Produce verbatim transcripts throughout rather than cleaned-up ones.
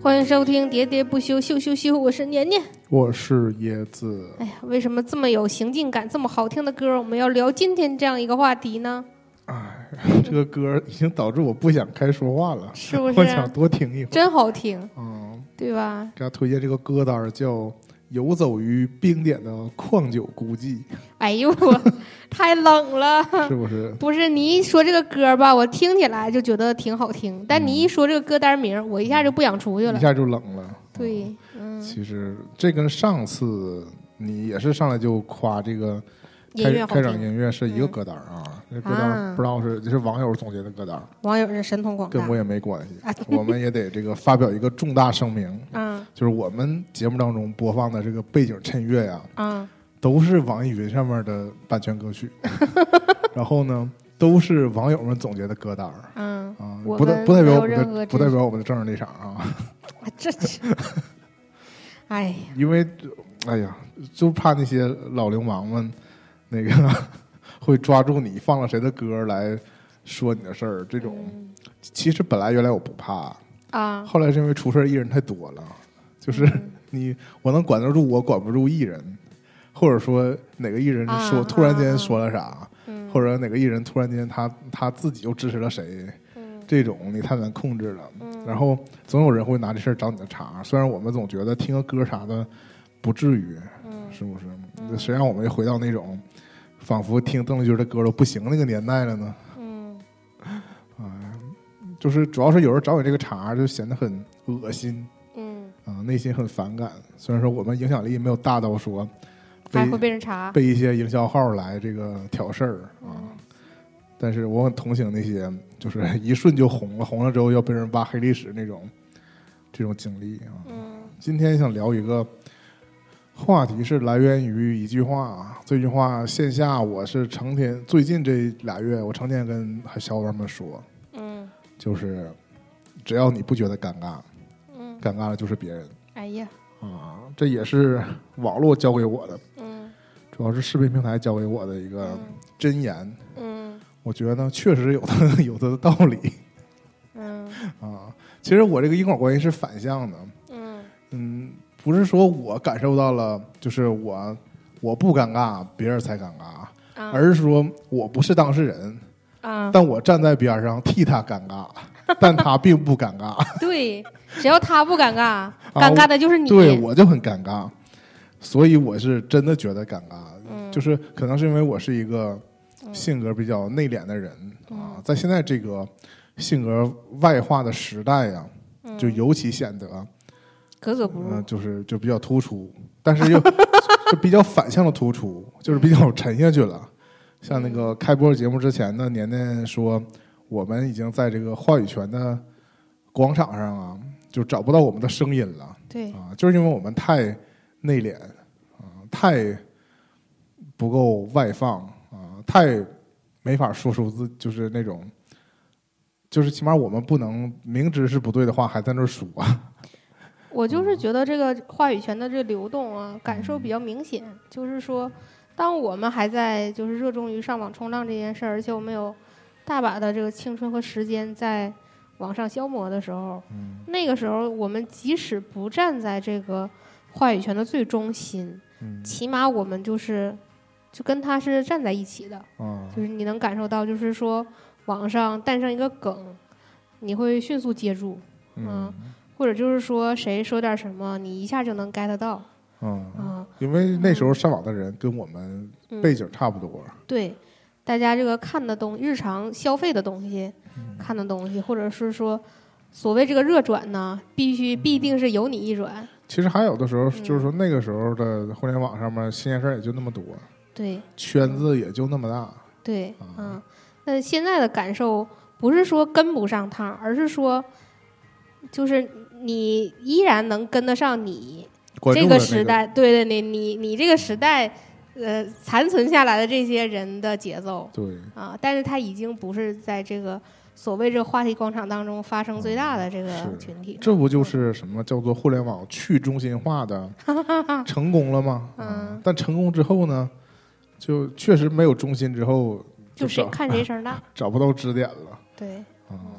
欢迎收听喋喋不休秀秀秀，我是年年， 我是椰子。 哎呀，为什么这么有行进感，这么好听的歌，我们要聊今天这样一个话题呢？ 哎，这个歌已经导致我不想开说话了， 是不是？ 我想多听一会儿， 真好听， 嗯， 对吧？ 给他推荐这个歌单叫《游走于冰点的矿酒孤寂》。 哎呦我太冷了， 是不是？ 不是，你一说这个歌吧，我听起来就觉得挺好听，但你一说这个歌单名，我一下就不想出去了， 一下就冷了。 对，嗯， 其实这跟上次你也是上来就夸这个开开场音乐是一个歌单啊，这、嗯、歌单、啊、不知道是这是网友总结的歌单， 网友是神通广大， 跟我也没关系，啊、我们也得这个发表一个重大声明， 嗯， 就是我们节目当中播放的这个背景衬乐呀， 嗯， 都是网易云上面的版权歌曲，然后呢，都是网友们总结的歌单，嗯啊，不代不代表我们的不代表我们的政治立场啊， 啊这是，哎呀， 因为哎呀，就怕那些老流氓们。那个会抓住你放了谁的歌来说你的事儿，这种、嗯、其实本来原来我不怕啊，后来是因为出事艺人太多了，就是你、嗯、我能管得住我管不住艺人，或者说哪个艺人说、啊、突然间说了啥、啊嗯，或者哪个艺人突然间他他自己又支持了谁、嗯，这种你太难控制了、嗯，然后总有人会拿这事儿找你的茬，虽然我们总觉得听个歌啥的不至于，嗯、是不是？嗯、谁让我们又回到那种。仿佛听邓丽君的歌都不行那个年代了呢。嗯，啊，就是主要是有人找你这个茬，就显得很恶心。嗯，啊，内心很反感。虽然说我们影响力没有大到说， 还会被人查， 被一些营销号来这个挑事儿啊、嗯。但是我很同情那些就是一瞬就红了，红了之后要被人挖黑历史那种这种经历啊。嗯，今天想聊一个。话题是来源于一句话，这句话线下我是成天最近这俩月我成天跟小伙伴们说，嗯，就是只要你不觉得尴尬，嗯，尴尬的就是别人。 哎呀， 啊，这也是网络教给我的，嗯，主要是视频平台教给我的一个箴言，嗯，我觉得呢确实有的有的道理，嗯，啊，其实我这个因果关系是反向的，嗯嗯。不是说我感受到了，就是我我不尴尬，别人才尴尬，啊、而是说我不是当事人，啊，但我站在边上替他尴尬，但他并不尴尬。对， 只要他不尴尬，尴尬的就是你。 啊、对，我就很尴尬，所以我是真的觉得尴尬，嗯、就是可能是因为我是一个性格比较内敛的人、嗯、啊，在现在这个性格外化的时代呀、啊，就尤其显得。 格格不入、 嗯，就是就比较突出，但是又就比较反向的突出，就是比较沉下去了。像那个开播节目之前呢，年年说我们已经在这个话语权的广场上啊，就找不到我们的声音了。 对啊，就是因为我们太内敛啊，太不够外放啊，太没法说出自就是那种，就是起码我们不能明知是不对的话还在那儿数啊。 我就是觉得这个话语权的这个流动啊，感受比较明显。就是说，当我们还在就是热衷于上网冲浪这件事儿，而且我们有大把的这个青春和时间在网上消磨的时候，嗯、那个时候我们即使不站在这个话语权的最中心，嗯、起码我们就是就跟他是站在一起的。嗯、就是你能感受到，就是说网上诞生一个梗，你会迅速接住，嗯。嗯或者就是说谁说点什么你一下就能 get 到， 嗯，嗯因为那时候上网的人跟我们背景差不多、嗯、 对，大家这个看的东日常消费的东西、嗯、看的东西，或者是说所谓这个热转呢必须必定是由你一转。 其实还有的时候就是说那个时候的互联网上面新鲜事也就那么多， 对， 圈子也就那么大， 对，嗯，那现在的感受不是说跟不上趟，而是说就是你依然能跟得上你这个时代，对对，你你你这个时代，呃，残存下来的这些人的节奏， 对啊，但是他已经不是在这个所谓这个话题广场当中发生最大的这个群体， 这不就是什么叫做互联网去中心化的成功了吗？嗯，但成功之后呢，就确实没有中心之后， 就谁看谁声大， 找不到支点了。 对， 嗯。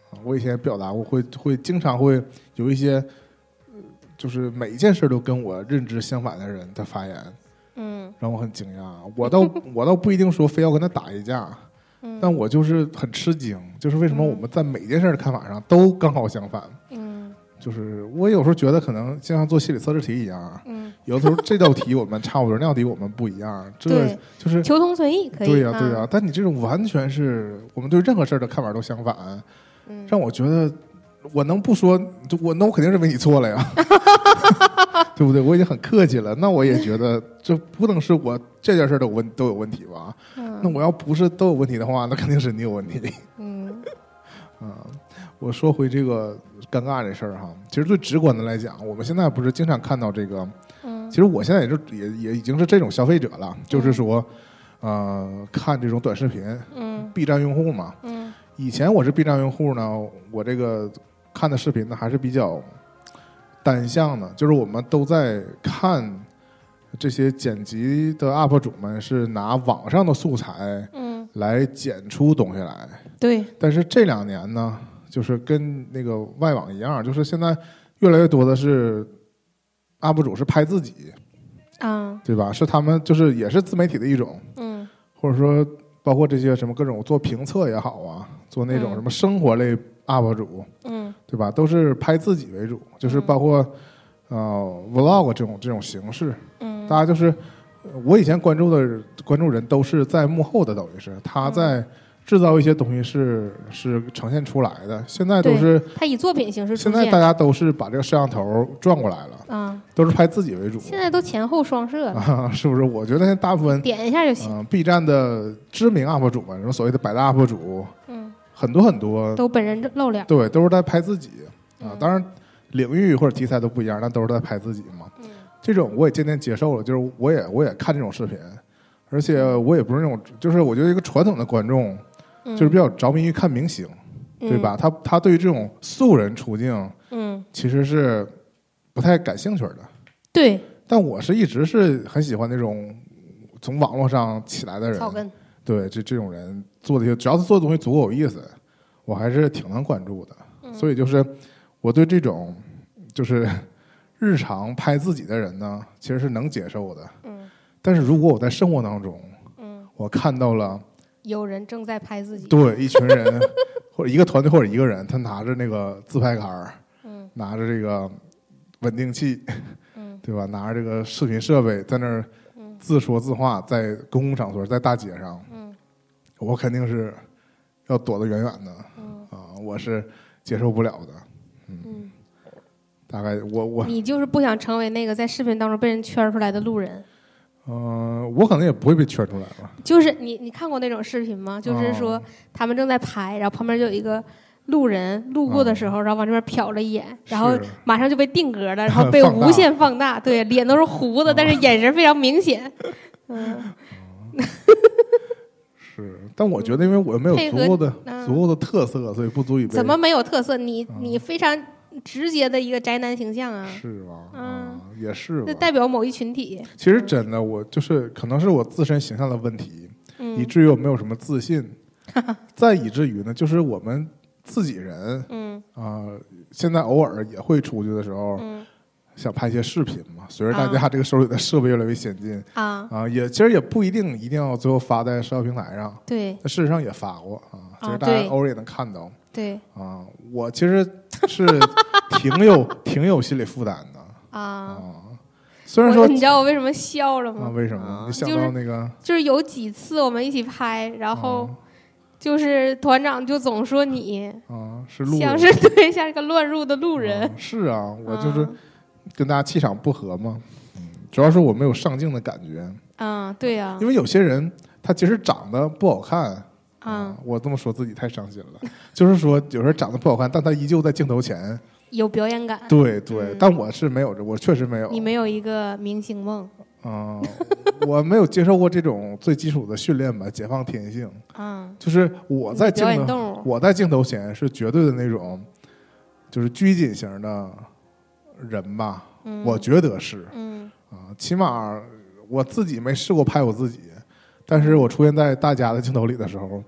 我以前也表达过，会会经常会有一些，就是每一件事都跟我认知相反的人在发言， 嗯， 让我很惊讶。我倒我倒不一定说非要跟他打一架， 嗯， 但我就是很吃惊，就是为什么我们在每件事的看法上都刚好相反。 嗯， 就是我有时候觉得可能就像做心理测试题一样， 嗯， 有的时候这道题我们差不多，那道题我们不一样，这就是求同存异可以。 对呀、啊、对呀、啊，但你这种完全是我们对任何事儿的看法都相反， 嗯，让我觉得我能不说，就我那我肯定认为你错了呀，对不对？我已经很客气了，那我也觉得这不能是我这件事都有问都有问题吧？嗯，那我要不是都有问题的话，那肯定是你有问题。 嗯， 啊，我说回这个尴尬这事儿哈，其实最直观的来讲，我们现在不是经常看到这个， 嗯， 其实我现在也就也也已经是这种消费者了，嗯、就是说，呃，看这种短视频， 嗯 ，B 站用户嘛， 嗯， 以前我是 B 站用户呢，我这个看的视频呢还是比较单向的，就是我们都在看这些剪辑的 U P 主们是拿网上的素材，嗯，来剪出东西来。 对。 但是这两年呢，就是跟那个外网一样，就是现在越来越多的是 U P 主是拍自己， 啊， 对吧？是他们就是也是自媒体的一种，嗯，或者说包括这些什么各种做评测也好啊，做那种什么生活类 U P 主，嗯，对吧？都是拍自己为主，就是包括、嗯、呃 Vlog 这种这种形式，嗯，大家就是我以前关注的关注人都是在幕后的，等于是他在制造一些东西是是呈现出来的，现在都是他以作品形式出现。现在大家都是把这个摄像头转过来了， 啊， 都是拍自己为主。 现在都前后双摄了， 啊，是不是？我觉得现在大部分点一下就行。 呃、B 站的知名 U P 主们，什么所谓的百大 U P 主，嗯，很多很多都本人露脸， 对，都是在拍自己啊。当然，领域或者题材都不一样，但都是在拍自己嘛。嗯，这种我也渐渐接受了，就是我也我也看这种视频，而且我也不是那种，就是我觉得一个传统的观众。就是比较着迷于看明星，嗯、对吧？他他对于这种素人处境，嗯，其实是不太感兴趣的。 对。 但我是一直是很喜欢那种从网络上起来的人， 草根。 对，这这种人做的，只要是做的东西足够有意思，我还是挺能关注的。嗯、所以就是我对这种就是日常拍自己的人呢，其实是能接受的。嗯。但是如果我在生活当中，嗯，我看到了。 有人正在拍自己， 对，一群人或者一个团队或者一个人，他拿着那个自拍杆，嗯，拿着这个稳定器，嗯，对吧？拿着这个视频设备在那儿自说自话，在公共场所，在大街上，嗯，我肯定是要躲得远远的，嗯啊，我是接受不了的，嗯，嗯大概我我你就是不想成为那个在视频当中被人圈出来的路人。 嗯、呃，我可能也不会被圈出来了。 就是你，你看过那种视频吗？就是说他们正在拍，然后旁边就有一个路人路过的时候，哦、然后往这边瞟了一眼，然后马上就被定格了，然后被无限放大。对，脸都是糊的，但是眼神非常明显。嗯， 是，但我觉得，因为我没有足够的、嗯、足够的特色，所以不足以被。 怎么没有特色？你你非常。直接的一个宅男形象啊， 是吧？嗯，也是吧。 这代表某一群体。 其实真的，我就是可能是我自身形象的问题，嗯、以至于我没有什么自信。再以至于呢，就是我们自己人，嗯啊、呃，现在偶尔也会出去的时候，嗯、想拍一些视频嘛。随着大家这个手里的设备越来越先进，啊啊，也其实也不一定一定要最后发在社交平台上。对，事实上也发过啊，其实大家偶尔也能看到。 对啊，我其实是挺有挺有心理负担的啊。啊虽然说你知道我为什么笑了吗？ 啊，为什么？啊、你想到那个、 就是，就是有几次我们一起拍，然后就是团长就总说你啊是路人， 像是对像一个乱入的路人。 啊是啊，我就是跟大家气场不合嘛。嗯，主要是我没有上镜的感觉。 啊，对呀、啊。 因为有些人他其实长得不好看。啊，我这么说自己太伤心了。就是说，有时候长得不好看，但他依旧在镜头前有表演感。 对对、嗯，但我是没有，我确实没有。 你没有一个明星梦啊、呃，我没有接受过这种最基础的训练吧，解放天性。啊，就是我在镜头，我在镜头前是绝对的那种，就是拘谨型的人吧。嗯、我觉得是。嗯啊，起码我自己没试过拍我自己。但是我出现在大家的镜头里的时候，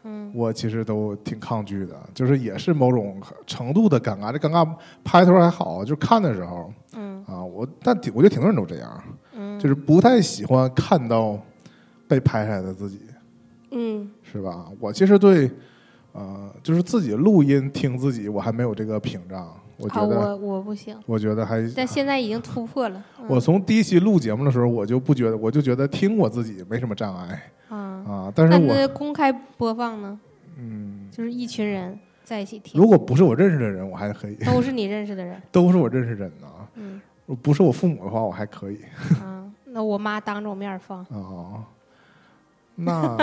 嗯， 我其实都挺抗拒的，就是也是某种程度的尴尬。这尴尬拍头还好，就看的时候， 嗯啊，我但我觉得挺多人都这样， 嗯， 就是不太喜欢看到被拍下来的自己， 嗯， 是吧？我其实对，呃，就是自己录音听自己，我还没有这个屏障。我觉得、 啊、我我不行， 我觉得还， 但现在已经突破了。嗯、 我从第一期录节目的时候，我就不觉得，我就觉得听我自己没什么障碍。 啊啊！但是我那公开播放呢？ 嗯， 就是一群人在一起听。 如果不是我认识的人，我还可以。 都是你认识的人。 都是我认识的人啊。 嗯， 不是我父母的话，我还可以。 啊，那我妈当着我面放。 哦，那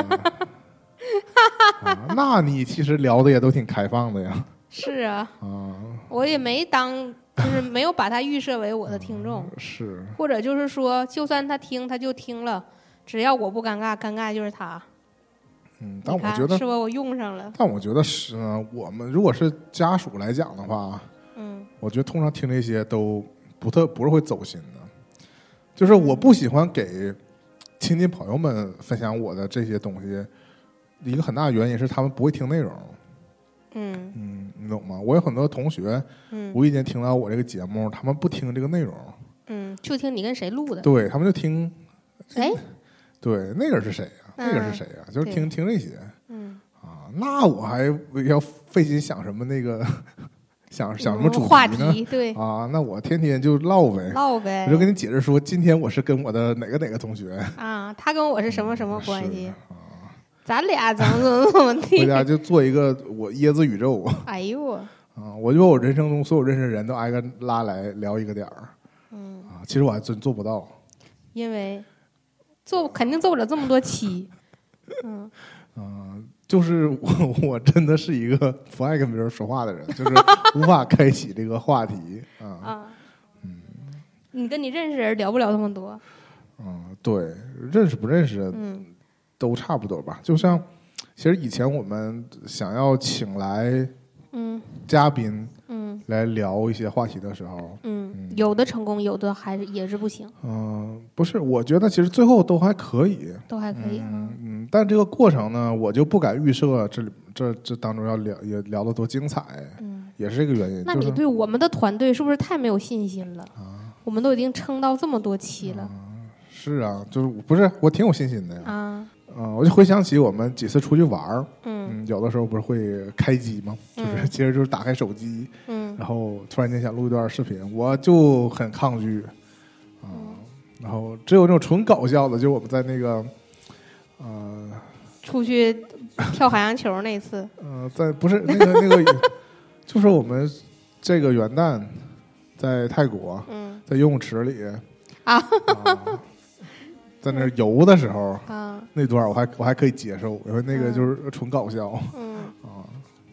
啊，那你其实聊的也都挺开放的呀。 是啊。 啊， 我也没当，就是没有把他预设为我的听众。 嗯、是。 或者就是说，就算他听，他就听了。只要我不尴尬，尴尬就是他。 嗯，但我觉得是吧？我用上了。 但我觉得是，呃，我们如果是家属来讲的话， 嗯， 我觉得通常听这些都不特不是会走心的。就是我不喜欢给亲戚朋友们分享我的这些东西，一个很大的原因是他们不会听内容。 嗯嗯，你懂吗？我有很多同学， 嗯， 无意间听到我这个节目，他们不听这个内容。 嗯，就听你跟谁录的。 对他们就听。 哎。 对，那个是谁啊？那个是谁啊？就是听听这些， 嗯啊，那我还要费心想什么那个，想想什么主题呢？ 话题对啊，那我天天就唠呗， 唠呗， 我就跟你解释说，今天我是跟我的哪个哪个同学啊，他跟我是什么什么关系啊？ 咱俩怎么怎么怎么地？ 回家就做一个我椰子宇宙。 哎呦啊，我就把我人生中所有认识的人都挨个拉来聊一个点儿。 嗯啊，其实我还真做不到， 因为。做肯定做不了这么多期，嗯， 嗯、呃，就是我我真的是一个不爱跟别人说话的人，就是无法开启这个话题啊。 啊， 嗯， 你跟你认识人聊不了那么多。 嗯，对，认识不认识， 嗯， 都差不多吧。就像其实以前我们想要请来嗯嘉宾， 嗯， 来聊一些话题的时候， 嗯，嗯有的成功，有的还是也是不行。 嗯，不是，我觉得其实最后都还可以， 都还可以。 嗯嗯，但这个过程呢，我就不敢预设这里这这当中要聊也聊得多精彩， 嗯， 也是这个原因。 那你对我们的团队是不是太没有信心了？ 啊， 我们都已经撑到这么多期了。 啊是啊，就是不是我挺有信心的呀。 啊， 嗯，我就回想起我们几次出去玩儿， 嗯， 嗯，有的时候不是会开机吗？就是嗯其实就是打开手机， 嗯， 然后突然间想录一段视频，我就很抗拒，啊、 嗯， 然后只有那种纯搞笑的，就我们在那个，呃， 出去跳海洋球那次， 呃，在不是那个那个，就是我们这个元旦在泰国， 嗯， 在游泳池里啊。 啊在那儿游的时候， 啊， 那段我还我还可以接受，因为那个就是纯搞笑， 嗯啊，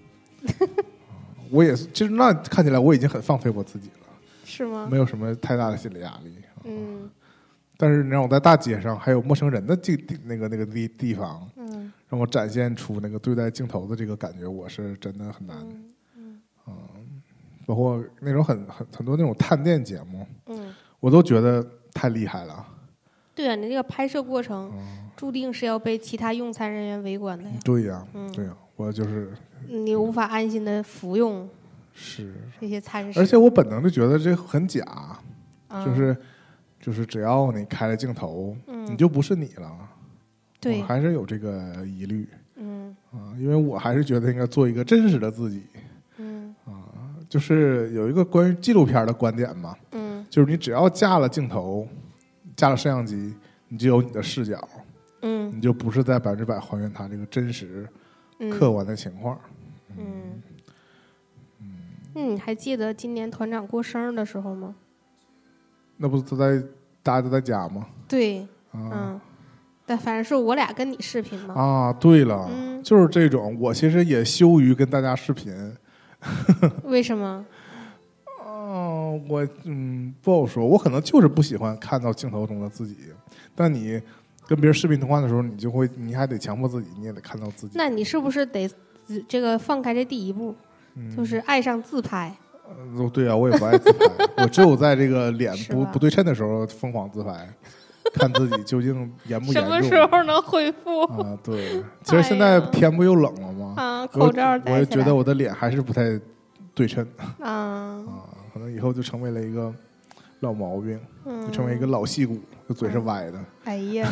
我也是，其实那看起来我已经很放飞我自己了， 是吗？ 没有什么太大的心理压力， 嗯， 但是让我在大街上还有陌生人的地地那个那个地地方， 嗯， 让我展现出那个对待镜头的这个感觉，我是真的很难， 嗯嗯，包括那种很很很多那种探店节目， 嗯， 我都觉得太厉害了。 对啊，你这个拍摄过程、 嗯、 注定是要被其他用餐人员围观的呀。 对呀、 嗯， 对呀，我就是你无法安心的服用是这些餐食， 而且我本能就觉得这很假， 嗯、 就是就是只要你开了镜头， 嗯、 你就不是你了。 对， 我还是有这个疑虑。 嗯啊，因为我还是觉得应该做一个真实的自己。 嗯啊，就是有一个关于纪录片的观点嘛， 嗯， 就是你只要架了镜头。架了摄像机，你就有你的视角， 嗯， 你就不是在百分之百还原它这个真实、 嗯、 客观的情况。 嗯嗯，那你还记得今年团长过生日的时候吗？ 那不是都在大家都在家吗？ 对， 啊、 嗯，但反正是我俩跟你视频嘛。 啊，对了， 嗯、 就是这种，我其实也羞于跟大家视频。 为什么？ 哦，我嗯不好说，我可能就是不喜欢看到镜头中的自己。但你跟别人视频通话的时候，你就会，你还得强迫自己，你也得看到自己。 那你是不是得这个放开这第一步， 嗯、 就是爱上自拍？ 呃，对啊，我也不爱自拍，我只有在这个脸不不对称的时候疯狂自拍， 看自己究竟严不严重。 什么时候能恢复啊？对，其实现在天不又冷了吗？ 啊，口罩戴起来， 我也觉得我的脸还是不太对称啊啊，可能以后就成为了一个老毛病， 嗯、 就成为一个老戏骨，就嘴是歪的。 嗯、哎呀，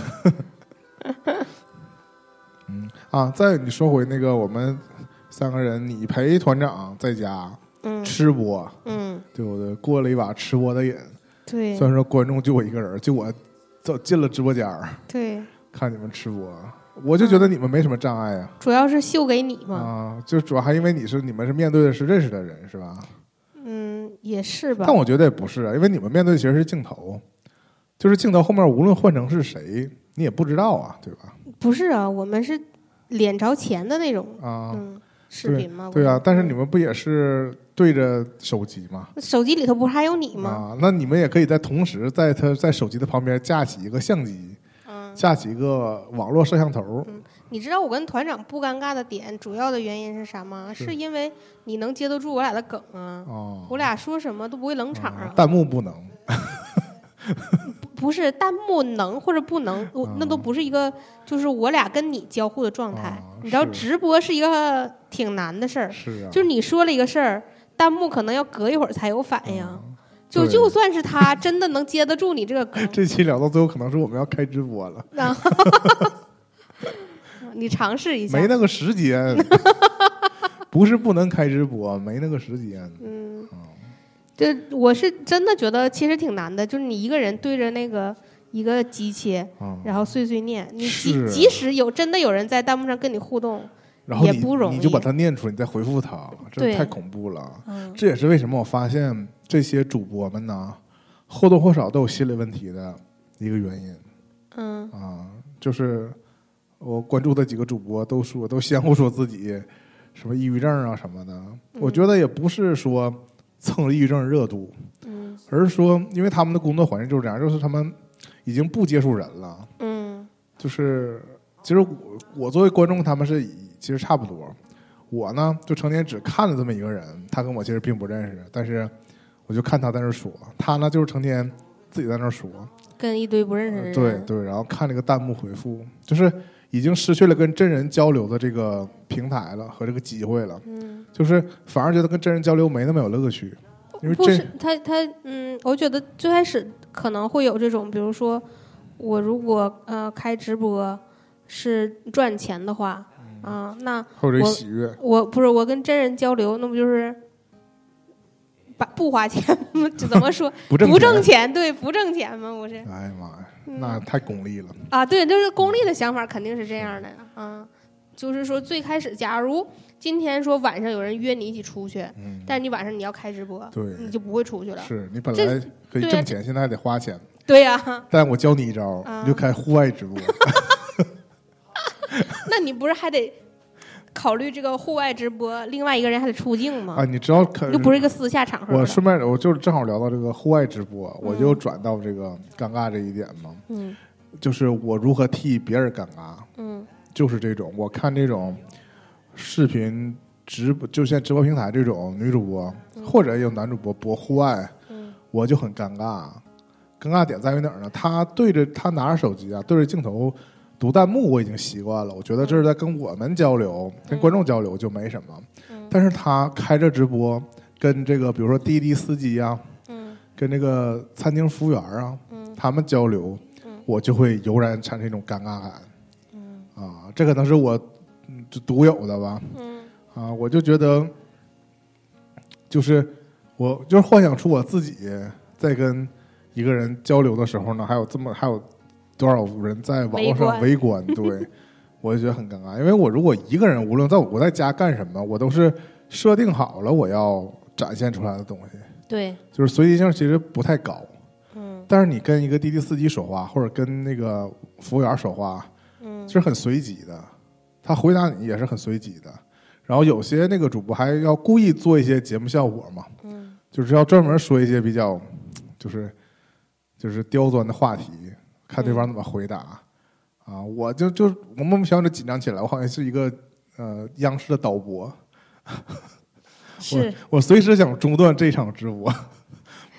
嗯啊，再你说回那个我们三个人，你陪团长在家。 嗯， 吃播， 嗯， 对不对？过了一把吃播的瘾， 对。 虽然说观众就我一个人，就我走进了直播间， 对， 看你们吃播，我就觉得你们没什么障碍啊。 主要是秀给你嘛。 啊，就主要还因为你是你们是面对的是认识的人，是吧？ 嗯，也是吧。 但我觉得也不是啊，因为你们面对的其实是镜头，就是镜头后面无论换成是谁，你也不知道啊，对吧？ 不是啊，我们是脸朝前的那种啊。 嗯视频吗？ 对, 对啊，但是你们不也是对着手机吗？ 手机里头不是还有你吗？ 啊，那你们也可以在同时在他在手机的旁边架起一个相机，嗯，架起一个网络摄像头。 嗯，你知道我跟团长不尴尬的点，主要的原因是啥吗？是, 是因为你能接得住我俩的梗啊。哦，我俩说什么都不会冷场啊。 啊弹幕不能。 不是弹幕能或者不能，我那都不是一个，就是我俩跟你交互的状态。 啊、 你知道直播是一个挺难的事儿， 是啊， 就是你说了一个事儿，弹幕可能要隔一会儿才有反应。 啊、 就就算是他真的能接得住你这个梗， 这期聊到最后可能是我们要开直播了。 你尝试一下， 没那个时间，不是不能开直播，没那个时间。 嗯。就我是真的觉得其实挺难的，就是你一个人对着那个一个机器，嗯、然后碎碎念，你即即使有真的有人在弹幕上跟你互动， 然后也不容易， 你就把它念出来，你再回复他，这太恐怖了。嗯、这也是为什么我发现这些主播们呢，或多或少都有心理问题的一个原因。 嗯啊，就是我关注的几个主播都说，都相互说自己什么抑郁症啊什么的。嗯、我觉得也不是说蹭抑郁症热度， 嗯， 而是说，因为他们的工作环境就是这样，就是他们已经不接触人了， 嗯， 就是其实我我作为观众，他们是其实差不多，我呢就成天只看了这么一个人，他跟我其实并不认识，但是我就看他在那说，他呢就是成天自己在那说， 跟一堆不认识的人， 对对，然后看这个弹幕回复，就是已经失去了跟真人交流的这个平台了和这个机会了， 嗯， 就是反而觉得跟真人交流没那么有乐趣，因为不是他他嗯，我觉得最开始可能会有这种，比如说我如果呃开直播是赚钱的话，啊、嗯呃，那或者喜悦， 我不是我跟真人交流，那不就是把不花钱这怎么说不挣不挣钱，对，不挣钱吗？不是？ 哎呀妈呀！那太功利了、 嗯、啊！对，就是功利的想法肯定是这样的呀。啊，就是说最开始，假如今天说晚上有人约你一起出去，嗯、但是你晚上你要开直播， 对， 你就不会出去了。 是你本来可以挣钱，现在还得花钱。 对呀、啊。 但我教你一招， 啊、 你就开户外直播。 那你不是还得考虑这个户外直播，另外一个人还得出镜吗？ 啊，你知道， 就不是一个私下场合。 我顺便，我就是正好聊到这个户外直播，嗯、我就转到这个尴尬这一点嘛。 嗯， 就是我如何替别人尴尬。 嗯， 就是这种，我看这种视频直播，就像直播平台这种女主播、嗯、或者有男主播播户外， 嗯， 我就很尴尬。尴尬点在于哪儿呢？他对着他拿着手机啊，对着镜头。读弹幕我已经习惯了，我觉得这是在跟我们交流、嗯、跟观众交流就没什么、嗯、但是他开着直播跟这个比如说滴滴司机啊、嗯、跟这个餐厅服务员啊、嗯、他们交流、嗯、我就会油然产生一种尴尬感、嗯、啊，这可能是我就独有的吧、嗯、啊，我就觉得就是我就是幻想出我自己在跟一个人交流的时候呢，还有这么还有多少人在网络上围观？对，我就觉得很尴尬。因为我如果一个人，无论在我在家干什么，我都是设定好了我要展现出来的东西。 对， 就是随机性其实不太高。 嗯。 但是你跟一个滴滴司机说话，或者跟那个服务员说话，嗯，是很随机的。他回答你也是很随机的。然后有些那个主播还要故意做一些节目效果嘛，嗯，就是要专门说一些比较，就是就是刁钻的话题。看对方怎么回答、嗯、啊！我就就我莫名其妙就紧张起来，我好像是一个呃央视的导播， 是我我随时想中断这场直播，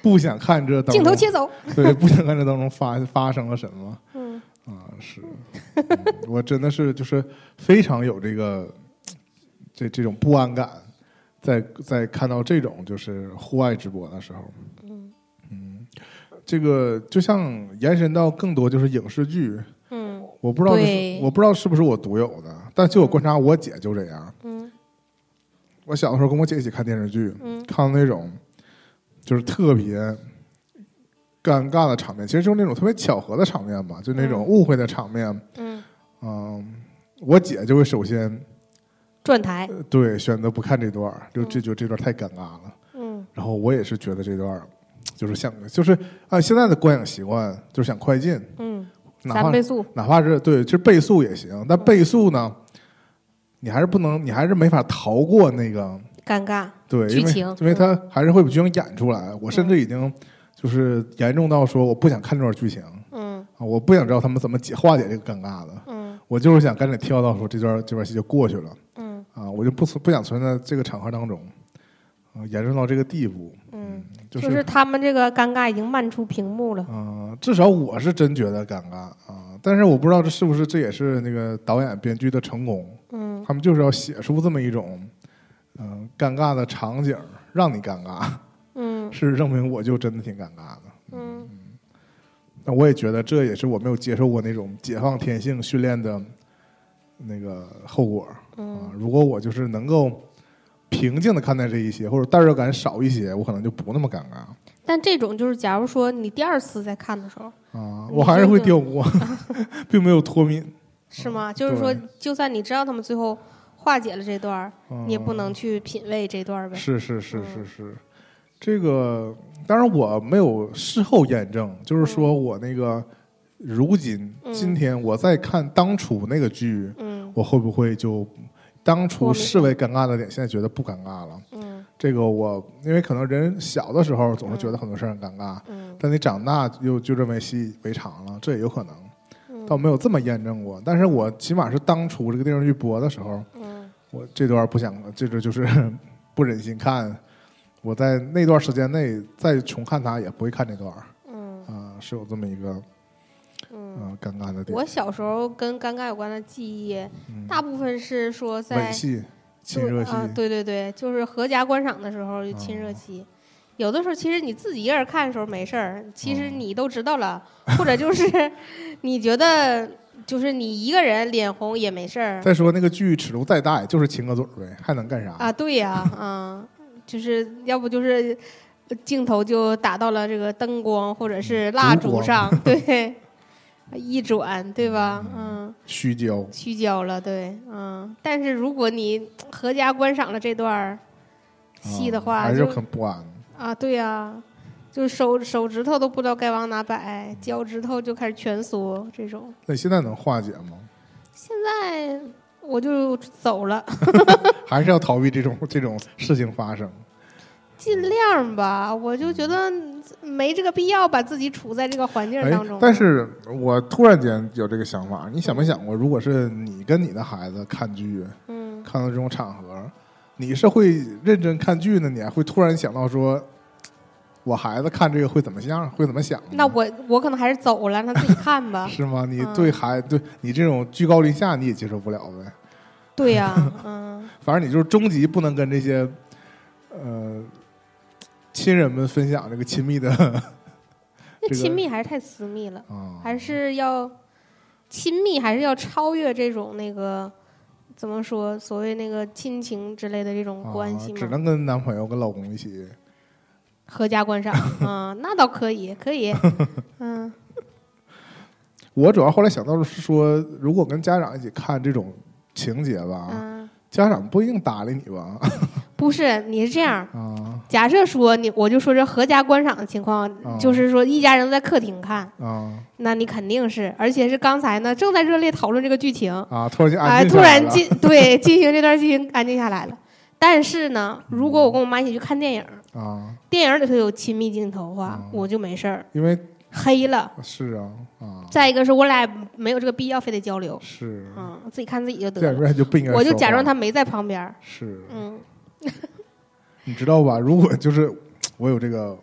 不想看这当中镜头切走， 对，不想看这当中发发生了什么。 嗯啊，是，嗯、我真的是就是非常有这个这这种不安感，在在看到这种就是户外直播的时候， 嗯嗯，这个就像延伸到更多就是影视剧， 嗯， 我不知道是我不知道是不是我独有的，但就我观察，我姐就这样。 嗯， 我小的时候跟我姐一起看电视剧， 嗯， 看到那种就是特别尴尬的场面，其实就是那种特别巧合的场面吧，就那种误会的场面。 嗯嗯、呃，我姐就会首先转台， 呃对，选择不看这段，就这就这段太尴尬了。 嗯， 然后我也是觉得这段就是想就是按现在的观影习惯，就是想快进。 嗯， 哪怕三倍速， 哪怕是对，其实倍速也行，但倍速呢，你还是不能，你还是没法逃过那个尴尬， 对剧情， 因为因为它还是会把剧情演出来。我甚至已经就是严重到说，我不想看这段剧情， 嗯啊，我不想知道他们怎么解化解这个尴尬的， 嗯我就是想赶紧跳到说这段这段戏就过去了， 嗯啊，我就不不想存在这个场合当中，啊，严重到这个地步， 嗯， 就就是是他们这个尴尬已经漫出屏幕了。 嗯，至少我是真觉得尴尬啊，但是我不知道这是不是这也是那个导演编剧的成功， 嗯他们就是要写出这么一种嗯、呃尴尬的场景，让你尴尬， 嗯事实证明我就真的挺尴尬的。 嗯那我也觉得这也是我没有接受过那种解放天性训练的那个后果啊。 嗯如果我就是能够平静的看待这一些，或者代入感少一些，我可能就不那么尴尬。 但这种就是，假如说你第二次再看的时候， 啊，我还是会掉锅，并没有脱敏。 是吗？就是说，就算你知道他们最后化解了这段， 嗯、 你也不能去品味这段呗。 是是是是是，这个当然我没有事后验证，就是说我那个如今、 嗯、 今天我在看当初那个剧， 嗯， 我会不会就当初视为尴尬的点，现在觉得不尴尬了？ 嗯， 这个我因为可能人小的时候总是觉得很多事很尴尬， 嗯， 但你长大又就认为习以为常了，这也有可能。倒没有这么验证过，但是我起码是当初这个电视剧播的时候， 嗯， 我这段不想，这个就是不忍心看，我在那段时间内再重看它也不会看这段， 嗯， 啊、呃，是有这么一个，嗯、呃，尴尬的点。 我小时候跟尴尬有关的记忆，嗯、大部分是说在吻戏、亲热戏、 啊，对对对，就是合家观赏的时候就亲热戏。哦，有的时候其实你自己一个人看的时候没事儿，其实你都知道了，嗯、或者就是你觉得就是你一个人脸红也没事儿。 再说那个剧尺度再大，也就是亲个嘴呗，还能干啥啊？对呀、啊，嗯，就是要不就是镜头就打到了这个灯光或者是蜡烛上，对，一转对吧？嗯， 虚焦， 虚焦了，对，嗯。但是如果你合家观赏了这段戏的话， 啊、还是很不安。 啊，对呀、啊，就手手指头都不知道该往哪摆，脚趾头就开始蜷缩，这种。 那你现在能化解吗？ 现在我就走了， 还是要逃避这种这种事情发生。 尽量吧，我就觉得没这个必要把自己处在这个环境当中。 但是我突然间有这个想法，你想没想过，如果是你跟你的孩子看剧，嗯，看到这种场合。你是会认真看剧呢，你还会突然想到说，我孩子看这个会怎么想，会怎么想？ 那我我可能还是走了，让他自己看吧。 是吗？你对孩、嗯、对你这种居高临下，你也接受不了呗？ 对呀、啊，嗯。 反正你就是终极不能跟这些呃亲人们分享这个亲密的、这个。 那亲密还是太私密了，嗯、还是要亲密，还是要超越这种那个。怎么说？所谓那个亲情之类的这种关系吗？ 啊、只能跟男朋友、跟老公一起合家观赏啊，那倒可以，可以。嗯， 我主要后来想到的是说，如果跟家长一起看这种情节吧，嗯、家长不一定搭理你吧？ 不是，你是这样啊。 假设说你，我就说这合家观赏的情况，啊、就是说一家人都在客厅看啊， 那你肯定是，而且是刚才呢正在热烈讨论这个剧情啊，突然间安静下来了，哎，突然进对进行这段剧情安静下来了。但是呢，如果我跟我妈一起去看电影啊，电影里头有亲密镜头的话，啊、我就没事儿， 因为黑了。 是啊啊。 再一个是我俩没有这个必要非得交流， 是嗯，自己看自己就得了， 就不应该， 我就假装他没在旁边。 是， 嗯。 你知道吧？如果就是我有这个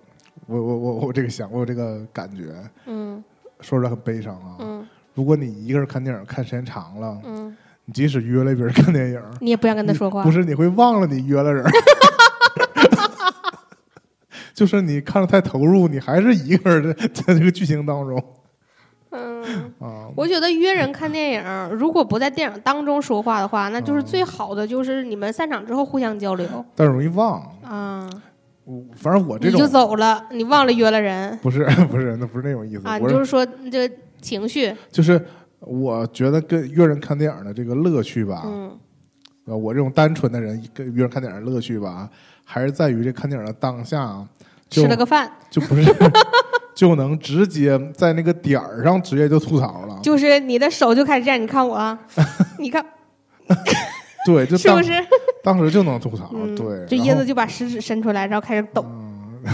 我我我我这个想，我有这个感觉。 嗯， 说出来很悲伤啊。 嗯， 如果你一个人看电影看时间长了， 嗯， 你即使约了别人看电影， 你也不想跟他说话。 不是，你会忘了你约了人。就是你看着太投入，你还是一个人在这个剧情当中。 嗯啊， 我觉得约人看电影，如果不在电影当中说话的话，那就是最好的，就是你们散场之后互相交流。 但容易忘啊。 反正我这种你就走了，你忘了约了人。 不是不是，那不是那种意思啊。 你就是说这情绪， 就是我觉得跟约人看电影的这个乐趣吧， 嗯， 我这种单纯的人跟约人看电影的乐趣吧，还是在于这看电影的当下吃了个饭， 就不是就能直接在那个点儿上直接就吐槽了， 就是你的手就开始这样，你看我啊，你看。 对，就是不是当时就能吐槽？ 嗯、 对， 这椰子就把食指伸出来，然后开始抖。 嗯、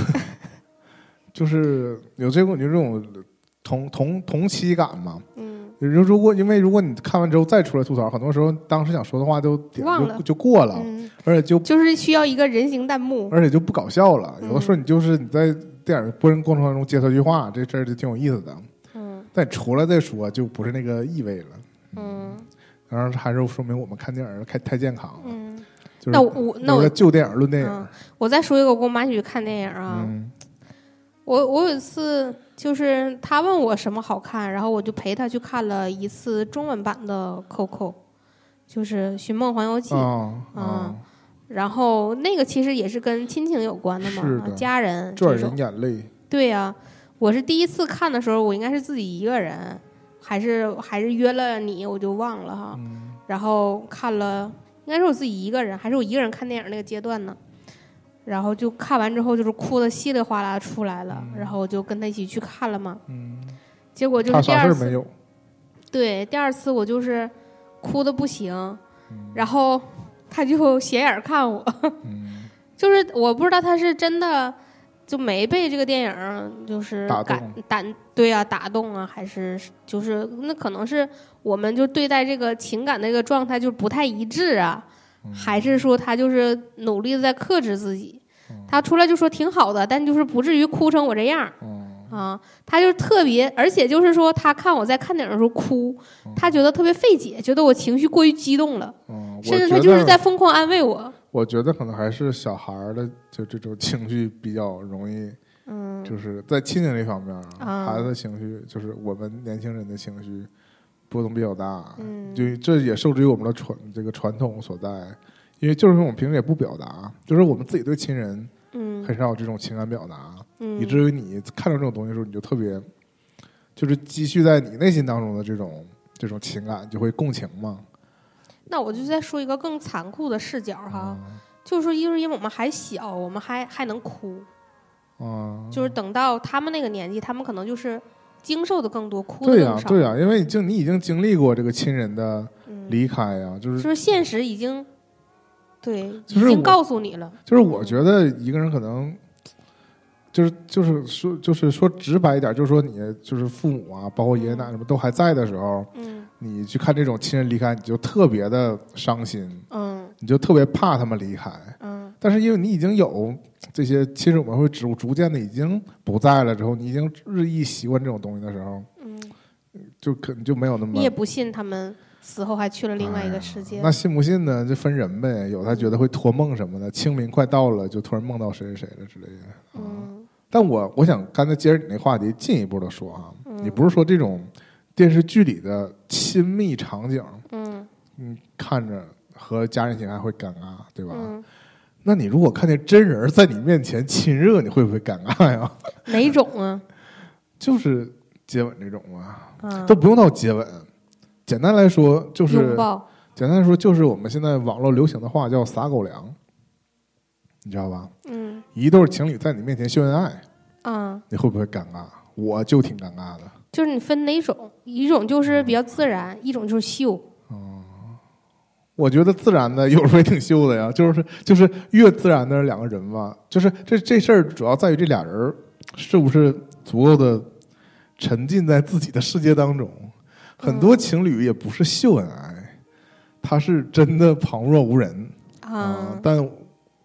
就是有这种有这种同同同期感嘛。 嗯， 如果因为如果你看完之后再出来吐槽，很多时候当时想说的话就忘了就, 就过了、 嗯， 而且就就是需要一个人形弹幕， 而且就不搞笑了。 嗯、 有的时候你就是你在电影播映过程当中接他句话，这事儿就挺有意思的。 嗯， 但你出来再说就不是那个意味了。 嗯。 当然还是说明我们看电影太太健康了。 嗯， 就是、 那我那我就电影论电影、 嗯。我再说一个，我跟我妈一起去看电影啊。 嗯、 我我有一次就是她问我什么好看，然后我就陪她去看了一次中文版的《Coco》，就是《寻梦环游记》。 哦嗯、 哦， 然后那个其实也是跟亲情有关的嘛， 是的家人赚人眼泪。 对呀、啊，我是第一次看的时候，我应该是自己一个人。还是还是约了你，我就忘了哈、 嗯。 然后看了，应该是我自己一个人，还是我一个人看电影那个阶段呢。然后就看完之后，就是哭的稀里哗啦出来了、嗯。然后就跟他一起去看了嘛。 嗯。 结果就是第二次没有。 对，第二次我就是哭的不行， 嗯、 然后他就斜眼看我。 嗯、 就是我不知道他是真的。就没被这个电影就是感打对啊打动啊，还是就是那可能是我们就对待这个情感的一个状态就不太一致啊、嗯，还是说他就是努力的在克制自己、嗯，他出来就说挺好的，但就是不至于哭成我这样、嗯、啊，他就特别，而且就是说他看我在看电影的时候哭、嗯，他觉得特别费解，觉得我情绪过于激动了，嗯、甚至他就是在疯狂安慰我。 我觉得可能还是小孩的就这种情绪比较容易，嗯，就是在亲情这方面、啊，孩子的情绪就是我们年轻人的情绪波动比较大，嗯，就这也受制于我们的传这个传统所在，因为就是我们平时也不表达，就是我们自己对亲人，嗯，很少有这种情感表达，嗯，以至于你看到这种东西的时候，你就特别就是积蓄在你内心当中的这种这种情感，你就会共情嘛。 那我就再说一个更残酷的视角哈，嗯、就是说，因为因为我们还小，我们还还能哭，嗯，就是等到他们那个年纪，他们可能就是经受的更多，哭的更少。 对呀、啊，对呀、啊，因为已经你已经经历过这个亲人的离开呀、啊嗯，就是就是现实已经对、就是、已经告诉你了。 就是我觉得一个人可能就是就是说就是说直白一点，就是说你就是父母啊，包括爷爷奶奶什么都还在的时候，嗯。你去看这种亲人离开，你就特别的伤心，嗯，你就特别怕他们离开，嗯。但是因为你已经有这些亲属们会逐逐渐的已经不在了之后，你已经日益习惯这种东西的时候，嗯，就可能就没有那么。 你也不信他们死后还去了另外一个世界？ 哎、那信不信呢？就分人呗。有他觉得会托梦什么的，清明快到了，就突然梦到谁谁谁了之类的。嗯。嗯但我我想刚才接着你那话题进一步的说啊，嗯、你不是说这种。电视剧里的亲密场景，嗯，你看着和家人一起看会尴尬，对吧？嗯，那你如果看见真人在你面前亲热，你会不会尴尬呀？ 哪种啊？ 就是接吻这种啊，嗯、都不用到接吻，简单来说就是拥抱。 简单来说就是我们现在网络流行的话叫撒狗粮，你知道吧？嗯，一对情侣在你面前秀恩爱，嗯，你会不会尴尬？我就挺尴尬的。 就是你分哪种？一种就是比较自然，一种就是秀。 哦，我觉得自然的有时候也挺秀的呀，就是就是越自然的两个人吧，就是这这事儿主要在于这俩人是不是足够的沉浸在自己的世界当中。很多情侣也不是秀恩爱，他是真的旁若无人啊、嗯呃。但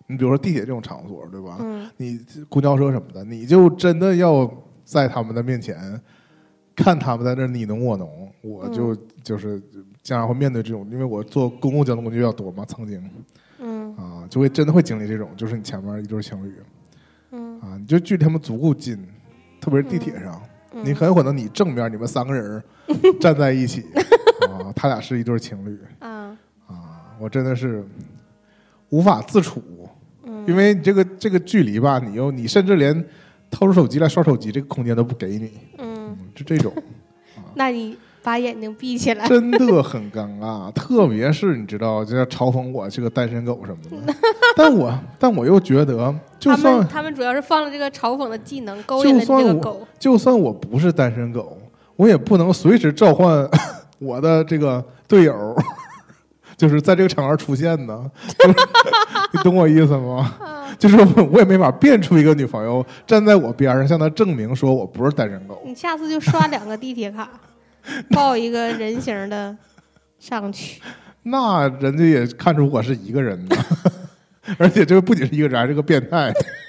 你比如说地铁这种场所，对吧？ 嗯， 你公交车什么的，你就真的要在他们的面前看他们在那你侬我侬，我就、嗯、就是经常会面对这种，因为我坐公共交通工具比较多嘛，曾经， 嗯啊，就会真的会经历这种，就是你前面一对情侣， 嗯啊，你就距离他们足够近，特别是地铁上，嗯、你很有可能你正面你们三个人站在一起，啊，他俩是一对情侣， 啊啊，我真的是无法自处。因为这个这个距离吧，你又你甚至连掏出手机来刷手机这个空间都不给你，嗯，就这种。啊、 那你把眼睛闭起来， 真的很尴尬。特别是你知道，就要嘲讽我这个单身狗什么的，但我但我又觉得，就算他们他们主要是放了这个嘲讽的技能，勾引了你这个狗。 就算我不是单身狗，我也不能随时召唤我的这个队友。就是在这个场合出现呢，你懂我意思吗？就是我也没法变出一个女朋友站在我边上，向她证明说我不是单身狗。 你下次就刷两个地铁卡，报一个人形的上去。 那人家也看出我是一个人呢，而且这个不仅是一个人，还是个变态。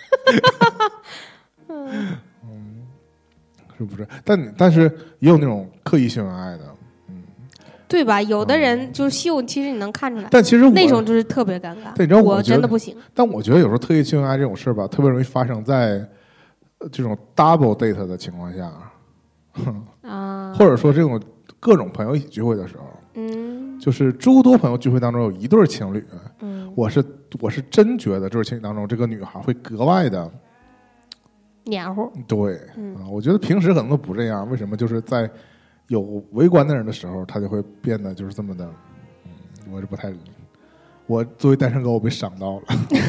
嗯，是不是？但但是也有那种刻意秀恩爱的。 对吧？有的人就是秀，其实你能看出来。 但其实那种就是特别尴尬。 对，你知道我真的不行。 但我觉得有时候特意秀恩爱这种事吧，特别容易发生在这种 double date 的情况下， 啊， 或者说这种各种朋友一起聚会的时候， 嗯， 就是诸多朋友聚会当中有一对情侣， 嗯， 我是我是真觉得这对情侣当中这个女孩会格外的黏糊。 对， 嗯、 啊，我觉得平时可能都不这样，为什么？就是在有围观的人的时候，他就会变得就是这么的，嗯，我是不太，我作为单身狗，我被伤到了，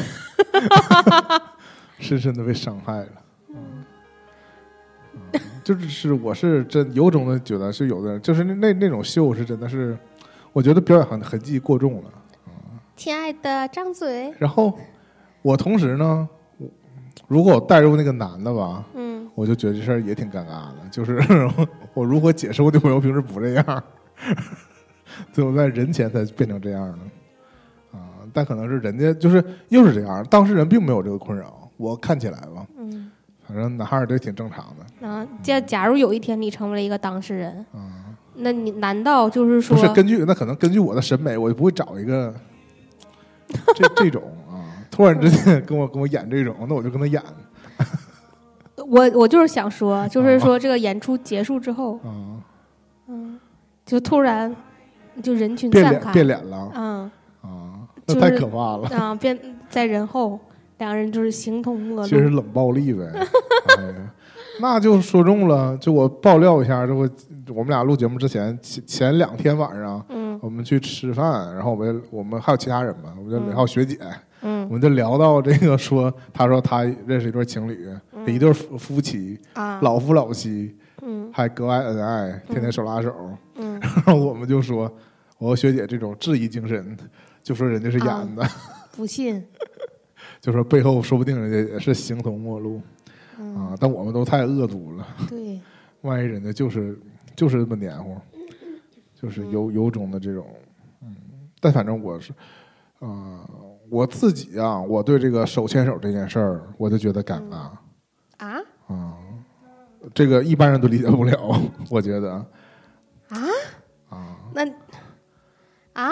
深深的被伤害了，嗯，嗯就是是我是真有种的觉得是有的人，就是那那那种秀是真的是，我觉得表演痕痕迹过重了，嗯， 亲爱的，张嘴。 然后我同时呢，如果我带入那个男的吧， 嗯。 我就觉得这事儿也挺尴尬的，就是我如何解释我女朋友平时不这样，最后在人前才变成这样呢？啊，但可能是人家就是又是这样，当事人并没有这个困扰，我看起来吧， 嗯， 反正男孩儿这挺正常的。 啊，假假如有一天你成为了一个当事人， 啊， 那你难道就是说不是根据那可能根据我的审美，我就不会找一个这这种啊，突然之间跟我跟我演这种，那我就跟他演。 我我就是想说，就是说这个演出结束之后， 啊， 嗯，就突然就人群变脸散开， 变脸了， 嗯啊，那太可怕了， 啊，变在人后，两人就是形同陌路， 其实冷暴力呗，哎呀，那就说中了。就我爆料一下，这我我们俩录节目之前前前两天晚上， 嗯， 我们去吃饭，然后我们我们还有其他人嘛，我们就嗯、 还有学姐。 嗯， 我们就聊到这个说，他说他认识一对情侣，嗯、一对夫夫妻， 啊， 老夫老妻， 嗯， 还格外恩爱，天天手拉手， 嗯， 然后我们就说，我和学姐这种质疑精神，就说人家是演的，啊、 不信， 就说背后说不定人家也是形同陌路，嗯、啊，但我们都太恶毒了， 对， 万一人家就是就是这么黏糊，就是有有种的这种，嗯，但反正我是，啊、呃。我自己啊，我对这个手牵手这件事儿，我就觉得尴尬。 啊？ 啊，这个一般人都理解不了，我觉得。 啊？ 啊？ 那啊？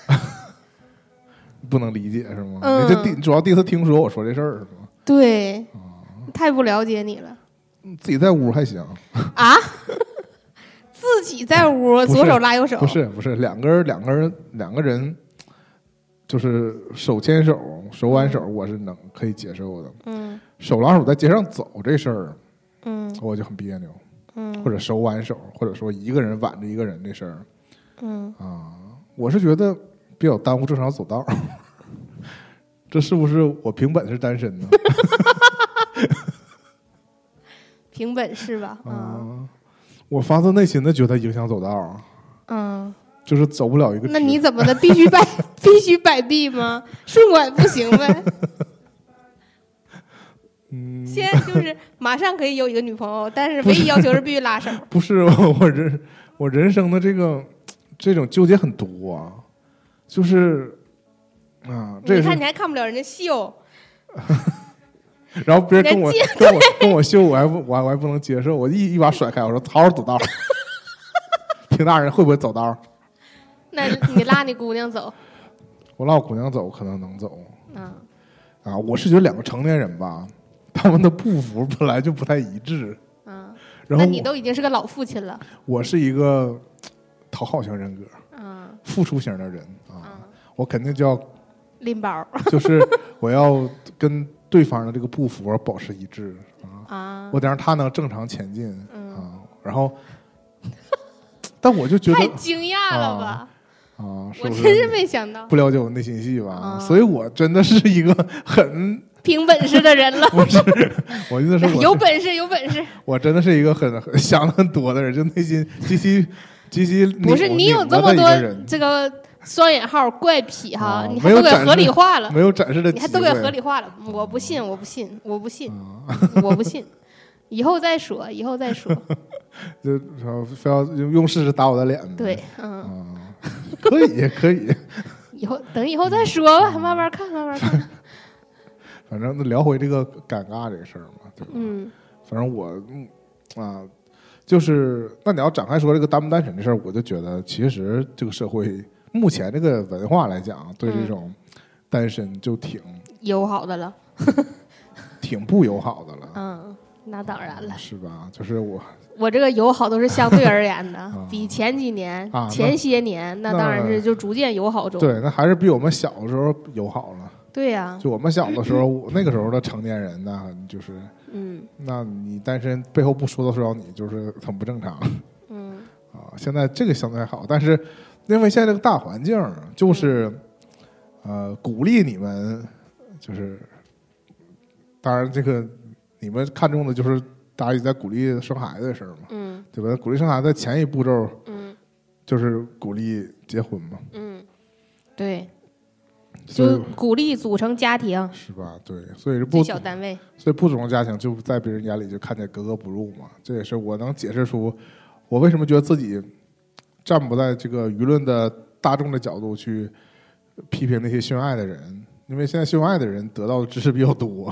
不能理解是吗？ 嗯、 你这第主要第一次听说我说这事儿是吗？ 对。 啊， 太不了解你了。 自己在屋还行。 啊？自己在屋，左手拉右手？ 不是不是，两个人两个人两个人。就是手牵手、手挽手，我是能可以接受的。 嗯， 手拉手在街上走这事儿， 嗯， 我就很别扭。 嗯， 或者手挽手，或者说一个人挽着一个人这事儿， 嗯啊，我是觉得比较耽误正常走道。这是不是我凭本事单身呢？ 凭本事吧，啊、 嗯，我发自内心的觉得影响走道。 嗯。 就是走不了一个。 那你怎么的？必须摆必须摆臂吗？顺拐不行呗。 嗯， 先就是马上可以有一个女朋友，但是唯一要求是必须拉手。 不是我人我人生的这个这种纠结很多啊，就是啊，这你看你还看不了人家秀， 然后别人跟我跟我跟我秀，我还不我还我还不能接受，我一一把甩开，我说好好走道。平大人会不会走道？ 那你拉你姑娘走？ 我拉我姑娘走，可能能走。 嗯啊，我是觉得两个成年人吧，他们的步幅本来就不太一致。 嗯， 然后那你都已经是个老父亲了。 我是一个讨好型人格， 嗯， 付出型的人啊， 嗯、 我肯定就要拎包， 就是我要跟对方的这个步幅保持一致啊， 啊我得让他能正常前进、 嗯、 啊，然后，但我就觉得太惊讶了吧。 啊啊，是我不是真是没想到， 不了解我内心戏吧、 啊， 所以我真的是一个很凭本事的人了。 不是，我真的是我有本事，有本事。 我真的是一个很很想的很多的人，就内心极其极其不是你有这么多这个双引号怪癖哈、 啊， 你还都给合理化了， 没有展示的， 你还都给合理化了。我不信，我不信，我不信，啊、我不信。以后再说，以后再说。 就非要用事实打我的脸。 对，嗯。 啊可以可以， 以后等以后再说吧，慢慢看，慢慢看。 反正聊回这个尴尬这个事儿嘛，对吧？ 嗯， 反正我嗯啊，就是那你要展开说这个单不单身这事儿，我就觉得其实这个社会目前这个文化来讲，对这种单身就挺友好的了， 挺不友好的了。 嗯，那当然了， 是吧？就是我。 我这个友好都是相对而言的， 啊、 比前几年、 啊、 前些年那当然是就逐渐友好中。 对，那还是比我们小的时候友好了。 对呀、啊， 就我们小的时候，那个时候的成年人呢，就是， 嗯， 那你单身背后不说的时候，你就是很不正常。 嗯， 啊，现在这个相对还好，但是因为现在这个大环境就是，呃，鼓励你们，就是，当然这个你们看重的就是。大家也在鼓励生孩子的事儿嘛， 嗯， 对吧？鼓励生孩子的前一步骤， 嗯， 就是鼓励结婚嘛， 嗯，对，就鼓励组成家庭， 是吧？对，所以是不最小单位， 所以不组成家庭就在别人眼里就看见格格不入嘛。这也是我能解释出我为什么觉得自己站不在这个舆论的大众的角度去批评那些秀恩爱的人，因为现在秀恩爱的人得到的知识比较多。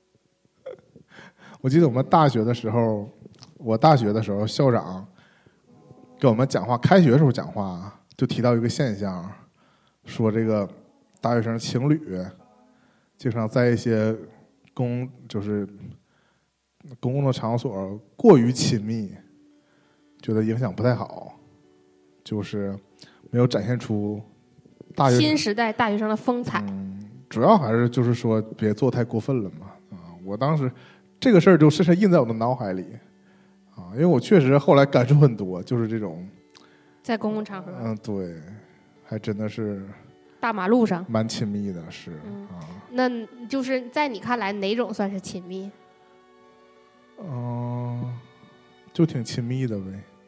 我记得我们大学的时候，我大学的时候，校长给我们讲话，开学的时候讲话就提到一个现象，说这个大学生情侣经常在一些公就是公共的场所过于亲密，觉得影响不太好，就是没有展现出大学新时代大学生的风采。 嗯，主要还是就是说别做太过分了嘛。啊，我当时。这个事儿就深深印在我的脑海里，啊，因为我确实后来感受很多，就是这种， 在公共场合， 嗯，对，还真的是大马路上蛮亲密的，是、 嗯、 啊。 那就是在你看来哪种算是亲密？ 嗯、呃，就挺亲密的呗，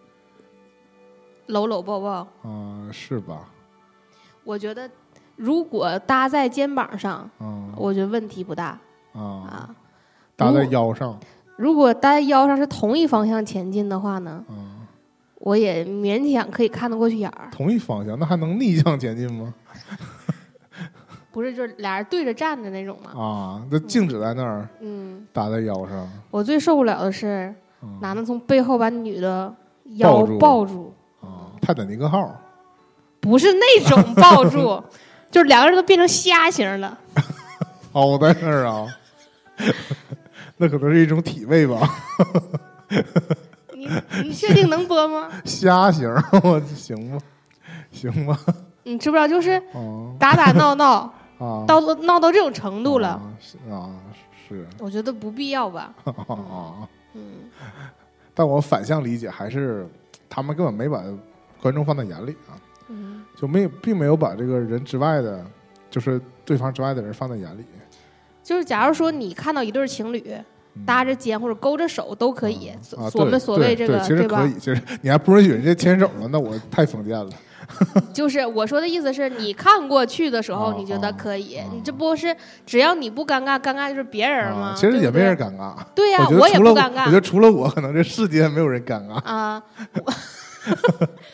搂搂抱抱啊、呃，是吧？ 我觉得如果搭在肩膀上， 嗯， 我觉得问题不大啊啊。 搭在腰上， 如果搭在腰上是同一方向前进的话呢， 嗯， 我也勉强可以看得过去眼儿。 同一方向，那还能逆向前进吗？ 不是，就是俩人对着站的那种吗？ 啊，那静止在那儿， 嗯， 搭在腰上。 我最受不了的是， 嗯、 男的从背后把女的腰抱住， 抱住啊，泰坦尼克号， 不是那种抱住，就是两个人都变成虾形了， 凹在那儿啊。那可能是一种体位吧。 你你确定能播吗？ 瞎行，我行吗？行吧。 你知不知道？就是打打闹闹啊， 到闹到这种程度了啊，是啊，是。 我觉得不必要吧。 啊， 嗯。 但我反向理解，还是他们根本没把观众放在眼里啊， 嗯， 就没并没有把这个人之外的，就是对方之外的人放在眼里。 就是假如说你看到一对情侣搭着肩或者勾着手都可以， 啊、 我们所谓这个对, 对, 对, 对吧？其实可以，其实你还不允许人家牵手了，那我太封建了。 就是我说的意思是你看过去的时候，你觉得可以， 啊、 你这不是只要你不尴尬，尴尬就是别人吗？ 啊、其实也没人尴尬。 对呀、啊， 我也不尴尬。 我觉得除了我，可能这世间没有人尴尬啊。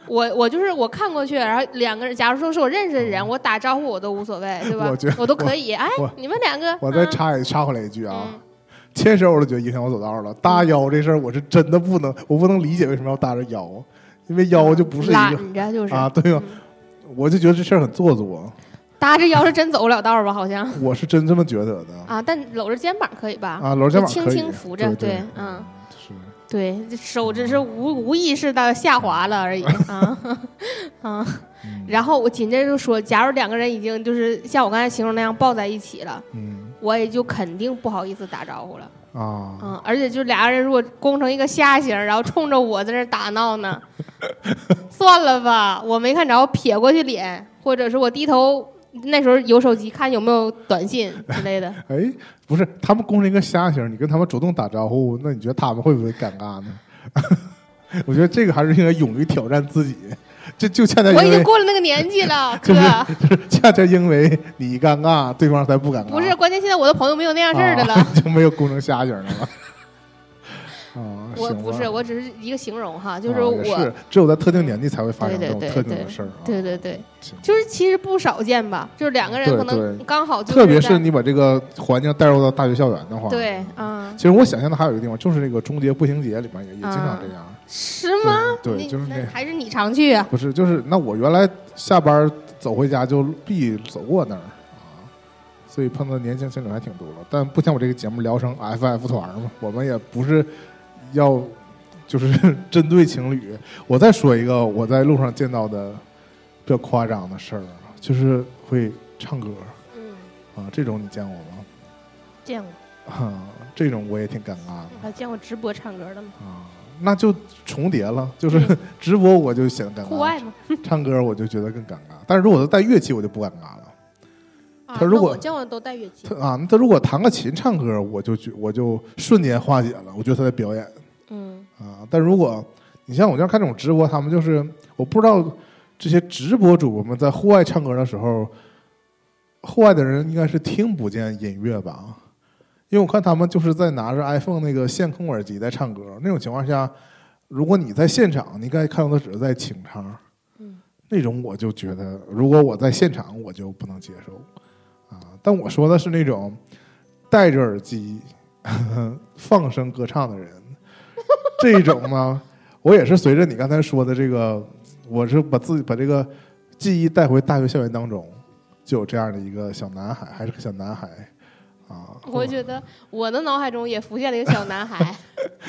我我就是我看过去，然后两个人，假如说是我认识的人，嗯、我打招呼我都无所谓，对吧？ 我觉得我都可以。哎，你们两个， 我再插一、嗯、插回来一句啊， 嗯、 牵手我都觉得影响我走道了。搭腰这事儿，我是真的不能，我不能理解为什么要搭着腰，因为腰就不是一个懒着就是啊，对吧？嗯、我就觉得这事儿很做作。 搭着腰是真走不了道吧？好像我是真这么觉得的啊，但搂着肩膀可以吧？ 啊，搂着肩膀可以， 轻轻扶着， 对， 嗯。 是对，手只是无无意识的下滑了而已啊啊！然后我紧接着就说，假如两个人已经就是像我刚才形容那样抱在一起了，嗯，我也就肯定不好意思打招呼了啊，嗯，而且就俩个人如果弓成一个虾形，然后冲着我在那打闹呢，算了吧，我没看着，撇过去脸，或者是我低头。那时候有手机看有没有短信之类的。 哎，不是，他们攻成一个虾形，你跟他们主动打招呼，那你觉得他们会不会尴尬呢？我觉得这个还是应该勇于挑战自己。这就恰恰因为我已经过了那个年纪了， 哥、就是就是恰恰因为你尴尬，对方才不尴尬。 不是，关键现在我的朋友没有那样事儿的了， 啊、就没有攻成虾形的了。啊， 我不是，我只是一个形容哈，就是我、啊、是只有在特定年纪才会发生这种特定的事儿、啊。 对对对，就是其实不少见吧，就是两个人可能刚好、就是， 特别是你把这个环境带入到大学校园的话， 对啊。 其实我想象的还有一个地方，就是那个中街步行街里面也也经常这样。 啊、是吗？ 对，对就是那还是你常去啊？ 不是，就是那我原来下班走回家就必走过那儿啊，所以碰到年轻情侣还挺多了。但不像我这个节目聊成 F F 团嘛，我们也不是要。就是针对情侣，我再说一个我在路上见到的比较夸张的事儿，就是会唱歌。嗯，啊，这种你见过吗？ 见过。 啊，这种我也挺尴尬的。 还见过直播唱歌的吗？ 啊，那就重叠了，就是直播我就显得尴尬， 户外吗？ 唱歌我就觉得更尴尬。但是如果他带乐器，我就不尴尬了。 啊、 他如果我见过都带乐器。 他啊，他如果弹个琴唱歌，我就觉我就瞬间化解了，我觉得他在表演。 嗯啊，但如果你像我这样看这种直播，他们就是我不知道这些直播主播们在户外唱歌的时候，户外的人应该是听不见音乐吧？因为我看他们就是在拿着 iPhone 那个线控耳机在唱歌，那种情况下，如果你在现场，你应该看到的只是在清唱，嗯，那种我就觉得，如果我在现场，我就不能接受啊。但我说的是那种戴着耳机呵呵放声歌唱的人。这种呢，我也是随着你刚才说的这个，我是把自己把这个记忆带回大学校园当中，就有这样的一个小男孩，还是个小男孩啊。 我觉得我的脑海中也浮现了一个小男孩，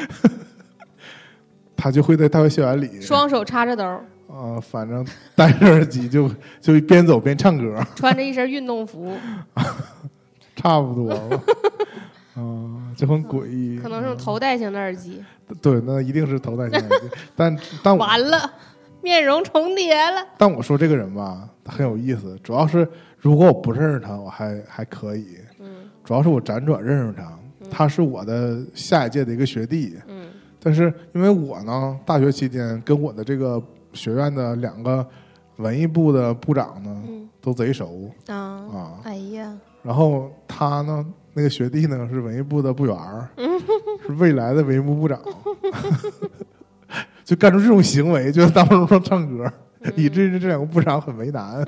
他就会在大学校园里双手插着兜啊，反正戴着耳机就就边走边唱歌， 穿着一身运动服， 差不多了。啊，就很诡异， 可能是头戴型的耳机。 对，那一定是头戴型耳机。但但完了，面容重叠了。 但我说这个人吧，很有意思。主要是如果我不认识他，我还还可以。嗯。主要是我辗转认识他，嗯、他是我的下一届的一个学弟。嗯。但是因为我呢，大学期间跟我的这个学院的两个文艺部的部长呢，嗯、都贼熟。啊啊！ 哎呀。 然后他呢？那个学弟呢是文艺部的部员，是未来的文艺部部长，就干出这种行为，就在大马路上唱歌，嗯、以至于这两个部长很为难，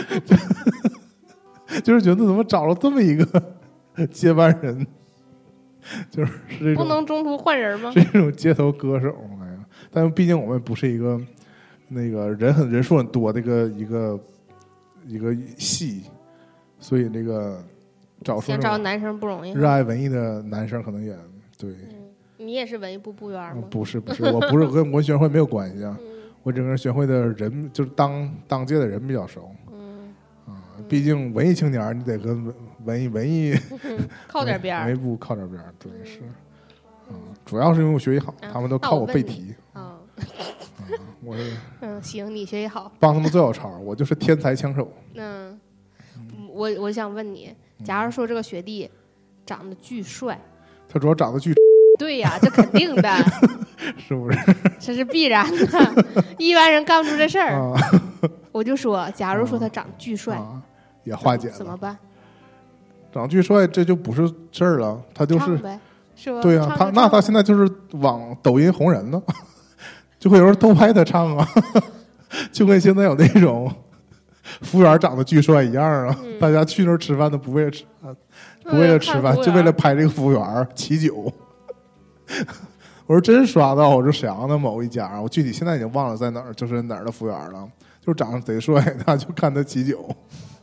就是觉得怎么找了这么一个接班人，就是是这种不能中途换人吗？ 是这种街头歌手，哎呀，但毕竟我们不是一个那个人很人数很多的一个一个一个系，所以那个。找想找男生不容易， 热爱文艺的男生可能也对。 嗯、你也是文艺部部员吗？ 不是不是，我不是跟文学会没有关系啊。嗯、我整个学会的人就是当当届的人比较熟。嗯啊，毕竟文艺青年你得跟文文艺文艺、 嗯、靠点边， 文艺部靠点边，对是。啊，主要是因为我学习好， 啊、 他们都靠我背题。 啊， 我是嗯行，你学习好， 帮他们做小抄，我就是天才枪手。 嗯，我我想问你。假如说这个学弟长得巨帅， 他主要长得巨， 对呀，这肯定的， 是不是？ 这是必然的，一般人干不出这事儿。啊、我就说，假如说他长得巨帅， 啊、也化解了， 怎么办？ 长得巨帅，这就不是事儿了，他就是呗，是吧？ 对呀、啊，他那他现在就是往抖音红人了，就会有人偷拍他唱啊。 就跟现在有那种服务员长得巨帅一样啊！ 嗯、 大家去那儿吃饭都不为了吃饭，不为了吃饭，就为了拍这个服务员骑酒。我说真刷到，我说沈阳的某一家，我具体现在已经忘了在哪儿，就是哪儿的服务员了，就是长得贼帅，他就看他骑酒。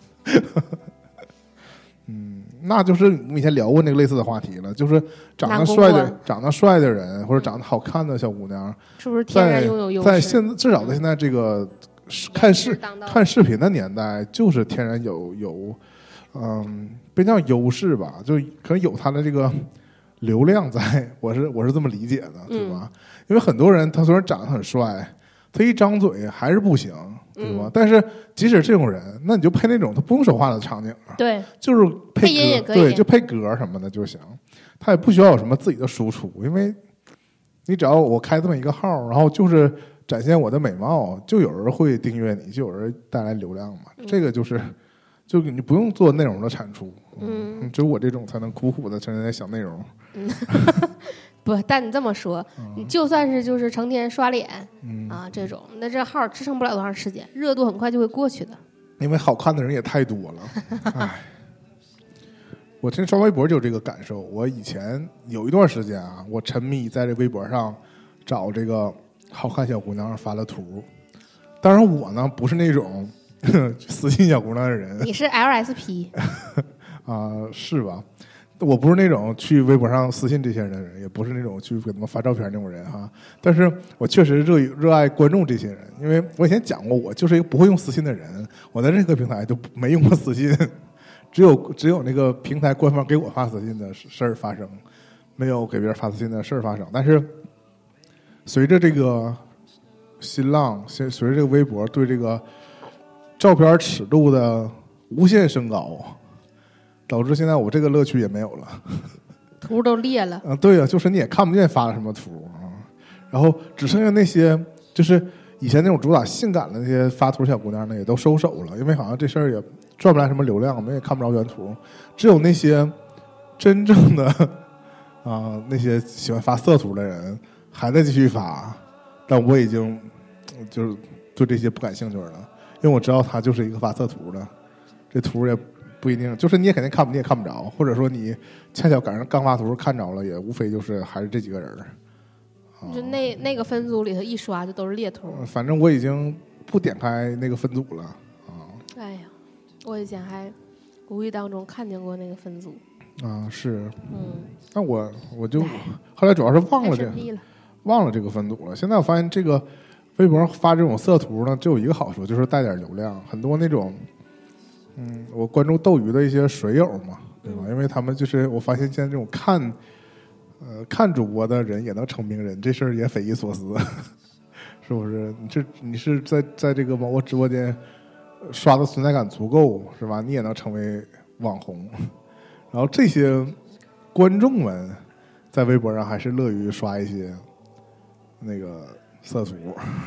嗯，那就是我们以前聊过那个类似的话题了，就是长得帅的、长得帅的人或者长得好看的小姑娘， 是不是天然拥有优势？ 在现至少在现在这个看视看视频的年代，就是天然有有，嗯，别叫优势吧，就可能有他的这个流量在，我是我是这么理解的，对吧？嗯、因为很多人他虽然长得很帅，他一张嘴还是不行。对吧？嗯、但是即使这种人，那你就配那种他不用说话的场景啊， 对， 就是配歌， 配音也可以， 对，就配歌什么的就行。他也不需要有什么自己的输出，因为你只要我开这么一个号，然后就是展现我的美貌，就有人会订阅你，就有人带来流量嘛。嗯、这个就是，就你不用做内容的产出，嗯，只有我这种才能苦苦的成天在想内容。 嗯不，但你这么说，你就算是就是成天刷脸、嗯、啊这种，那这号支撑不了多长时间，热度很快就会过去的。 因为好看的人也太多了。唉，我真刷微博就有这个感受。我以前有一段时间啊，我沉迷在这微博上找这个好看小姑娘发的图。当然我呢不是那种私信小姑娘的人。 你是 L S P 啊、呃，是吧？我不是那种去微博上私信这些人的人，也不是那种去给他们发照片那种人哈。但是我确实热热爱关注这些人，因为我以前讲过，我就是一个不会用私信的人，我在任何平台都没用过私信，只有只有那个平台官方给我发私信的事儿发生，没有给别人发私信的事儿发生。但是随着这个新浪，随随着这个微博对这个照片尺度的无限升高，导致现在我这个乐趣也没有了， 图都裂了。 啊，对呀、啊，就是你也看不见发了什么图啊，然后只剩下那些就是以前那种主打性感的那些发图小姑娘呢，也都收手了，因为好像这事儿也赚不来什么流量，我们也看不着原图，只有那些真正的啊那些喜欢发色图的人还在继续发，但我已经就是对这些不感兴趣了，因为我知道他就是一个发色图的，这图也。不一定，就是你也肯定看，你也看不着，或者说你恰巧赶上刚发图看着了，也无非就是还是这几个人。 就那那个分组里头一刷就都是猎图。 反正我已经不点开那个分组了啊。 哎呀，我以前还无意当中看见过那个分组。 啊，是。 嗯。 那我我就后来主要是忘了这了忘了这个分组了。现在我发现这个微博上发这种色图呢，只有一个好处，就是带点流量，很多那种。嗯，我关注斗鱼的一些水友嘛，对吧？因为他们就是我发现现在这种看，呃，看主播的人也能成名人，这事儿也匪夷所思，是不是？你是你是在在这个某个直播间刷的存在感足够，是吧？你也能成为网红。然后这些观众们在微博上还是乐于刷一些那个色图。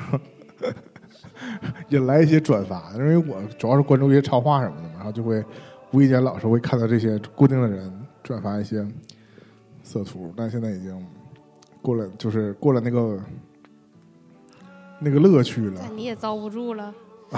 引来一些转发，因为我主要是关注一些超话什么的嘛，然后就会无意间老是会看到这些固定的人转发一些色图，但现在已经过了，就是过了那个那个乐趣了。 你也遭不住了，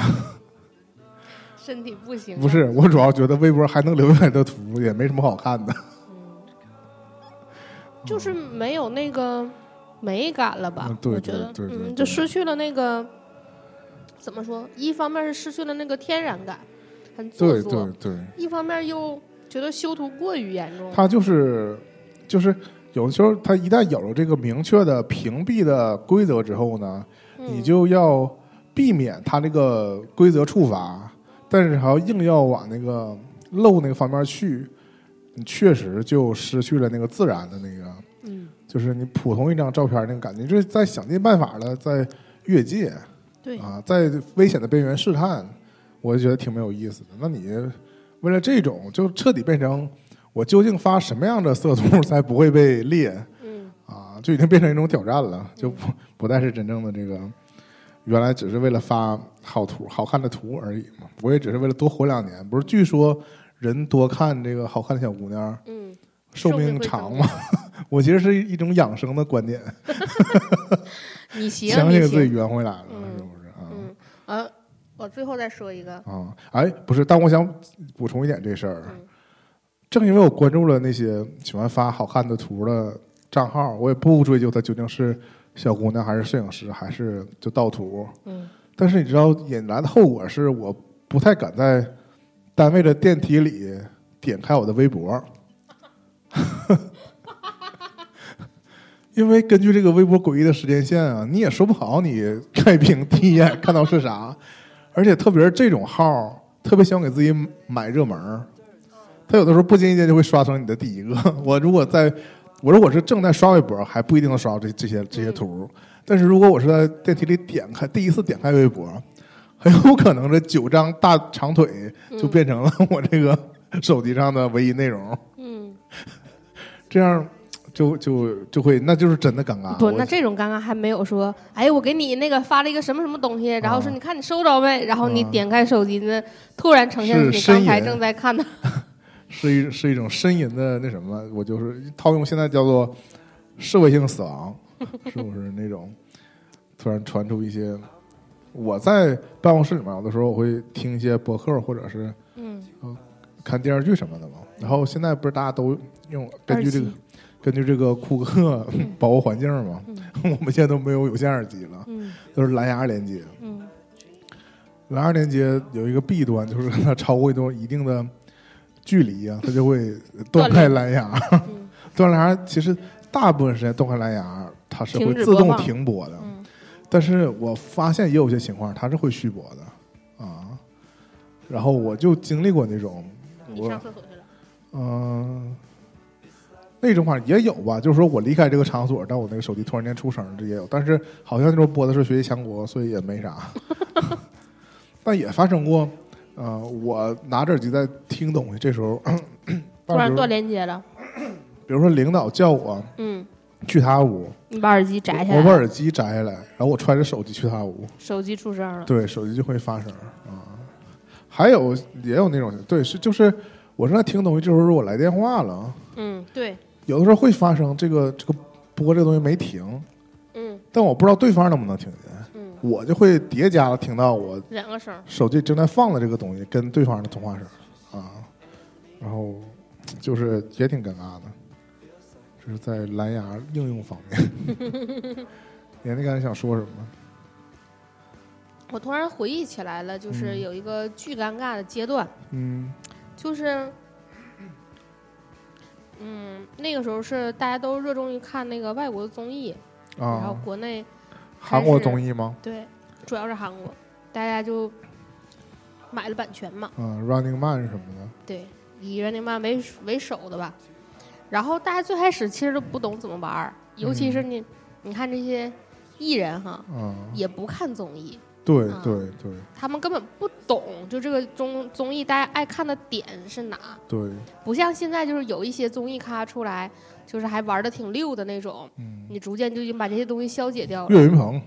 身体不行。 不是，我主要觉得微博还能留下来的图也没什么好看的， 嗯，就是没有那个美感了吧？ 嗯、对我觉得， 对对对嗯，就失去了那个。怎么说？一方面是失去了那个天然感，很做作； 对对对。 一方面又觉得修图过于严重。 他就是就是有的时候，他一旦有了这个明确的屏蔽的规则之后呢，嗯、你就要避免他这个规则触发，但是还要硬要往那个漏那个方面去，你确实就失去了那个自然的那个， 嗯， 就是你普通一张照片那个感觉，就是在想尽办法的在越界。 对啊，在危险的边缘试探，我就觉得挺没有意思的。那你为了这种，就彻底变成我究竟发什么样的色图才不会被猎？ 嗯， 啊，就已经变成一种挑战了，就不不再是真正的这个，原来只是为了发好图、好看的图而已嘛。我也只是为了多活两年。不是，据说人多看这个好看的小姑娘， 嗯， 寿命长嘛。我其实是一种养生的观点。 你行， 想起给自己圆回来了， 嗯、 是不是啊？ 嗯， 呃，我最后再说一个啊，哎，不是，但我想补充一点这事儿。 嗯正因为我关注了那些喜欢发好看的图的账号，我也不追究他究竟是小姑娘还是摄影师还是就盗图。 嗯， 但是你知道引来的后果是，我不太敢在单位的电梯里点开我的微博，因为根据这个微博诡异的时间线啊，你也说不好你开屏第一眼看到是啥，而且特别是这种号，特别喜欢给自己买热门。他有的时候不经意间就会刷成你的第一个。我如果在，我如果是正在刷微博，还不一定能刷到这这些这些图。但是如果我是在电梯里点开，第一次点开微博，很有可能这九张大长腿就变成了我这个手机上的唯一内容。 嗯， 这样就就就会，那就是真的尴尬。 不，那这种尴尬还没有说，哎，我给你那个发了一个什么什么东西，然后说你看你收着没？然后你点开手机呢，突然呈现你刚才正在看的。 是一是一种呻吟的那什么，我就是套用现在叫做社会性死亡，是不是那种突然传出一些？我在办公室里面，有的时候我会听一些播客，或者是嗯、 呃、看电视剧什么的嘛。然后现在不是大家都用根据这个根据这个库克、嗯、保护环境嘛、嗯，我们现在都没有有线耳机了， 嗯、 都是蓝牙连接。 嗯， 蓝牙连接有一个弊端，就是它超过一段一定的距离啊，它就会断开蓝牙。 嗯、 断蓝牙其实大部分时间断开蓝牙，它是会自动停播的。 嗯、 但是我发现也有些情况它是会续播的啊。然后我就经历过那种， 你上厕所去了？ 嗯、呃，那种话也有吧，就是说我离开这个场所，但我那个手机突然间出声，这也有。但是好像那时候播的是学习强国，所以也没啥。但也发生过。呃，我拿着耳机在听东西，这时候突然断连接了。 比如说领导叫我， 嗯， 去他屋， 你把耳机摘下来， 我把耳机摘下来，然后我揣着手机去他屋， 手机出声了， 对，手机就会发声啊。还有也有那种，对，是就是我正在听东西，这时候我来电话了， 嗯，对， 有的时候会发生这个这个播这个东西没停， 嗯， 但我不知道对方能不能听见。我就会叠加了听到我两个声，手机正在放的这个东西跟对方的通话声啊，然后就是也挺尴尬的，这是在蓝牙应用方面。你那刚才想说什么？ 我突然回忆起来了，就是有一个巨尴尬的阶段， 嗯， 就是嗯那个时候是大家都热衷于看那个外国的综艺， 啊、 然后国内韩国综艺吗？ 对，主要是韩国，大家就买了版权嘛。 嗯 ，Running Man 什么的。 对，以 Running Man 为为首的吧。然后大家最开始其实都不懂怎么玩，尤其是你，嗯、你看这些艺人哈， 嗯， 也不看综艺。 对对对， 他们根本不懂，就这个综综艺大家爱看的点是哪？ 对， 不像现在就是有一些综艺咖出来，就是还玩的挺溜的那种， 嗯， 你逐渐就已经把这些东西消解掉了。 岳云鹏，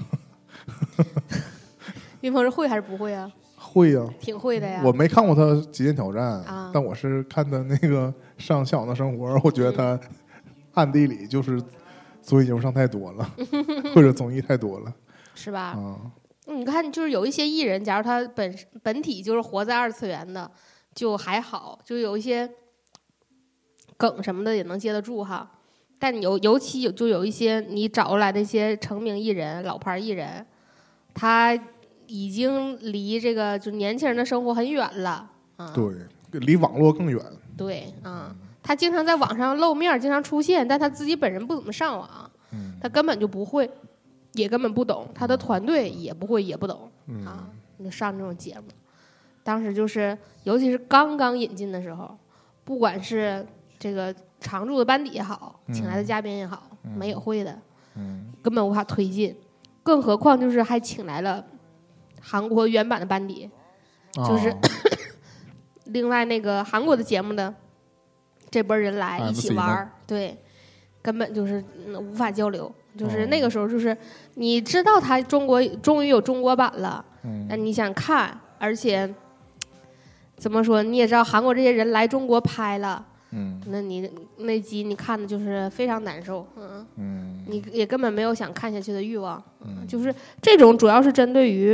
岳云鹏是会还是不会啊？ 会呀、啊， 挺会的呀。 我没看过他《极限挑战》 啊， 但我是看他那个《上向往的生活》，我觉得他暗地里就是综艺节目上太多了，或者综艺太多了， 是吧？ 啊。 你看，就是有一些艺人，假如他本本体就是活在二次元的，就还好，就有一些梗什么的也能接得住哈。但有尤其有就有一些你找过来的一些成名艺人、老牌艺人，他已经离这个就年轻人的生活很远了啊。 对，离网络更远。 对啊，他经常在网上露面，经常出现，但他自己本人不怎么上网， 嗯、 他根本就不会。也根本不懂，他的团队也不会，也不懂、 嗯、 啊！你就上这种节目，当时就是，尤其是刚刚引进的时候，不管是这个常驻的班底也好，请来的嘉宾也好， 嗯、 没有会的、 嗯， 根本无法推进，更何况就是还请来了韩国原版的班底， 哦、 就是另外那个韩国的节目的这波人来一起玩，对，根本就是、嗯、无法交流。就是那个时候，就是你知道他中国终于有中国版了，那、嗯、你想看，而且怎么说，你也知道韩国这些人来中国拍了， 嗯， 那你那集你看的就是非常难受，嗯嗯， 你也根本没有想看下去的欲望， 嗯， 就是这种主要是针对于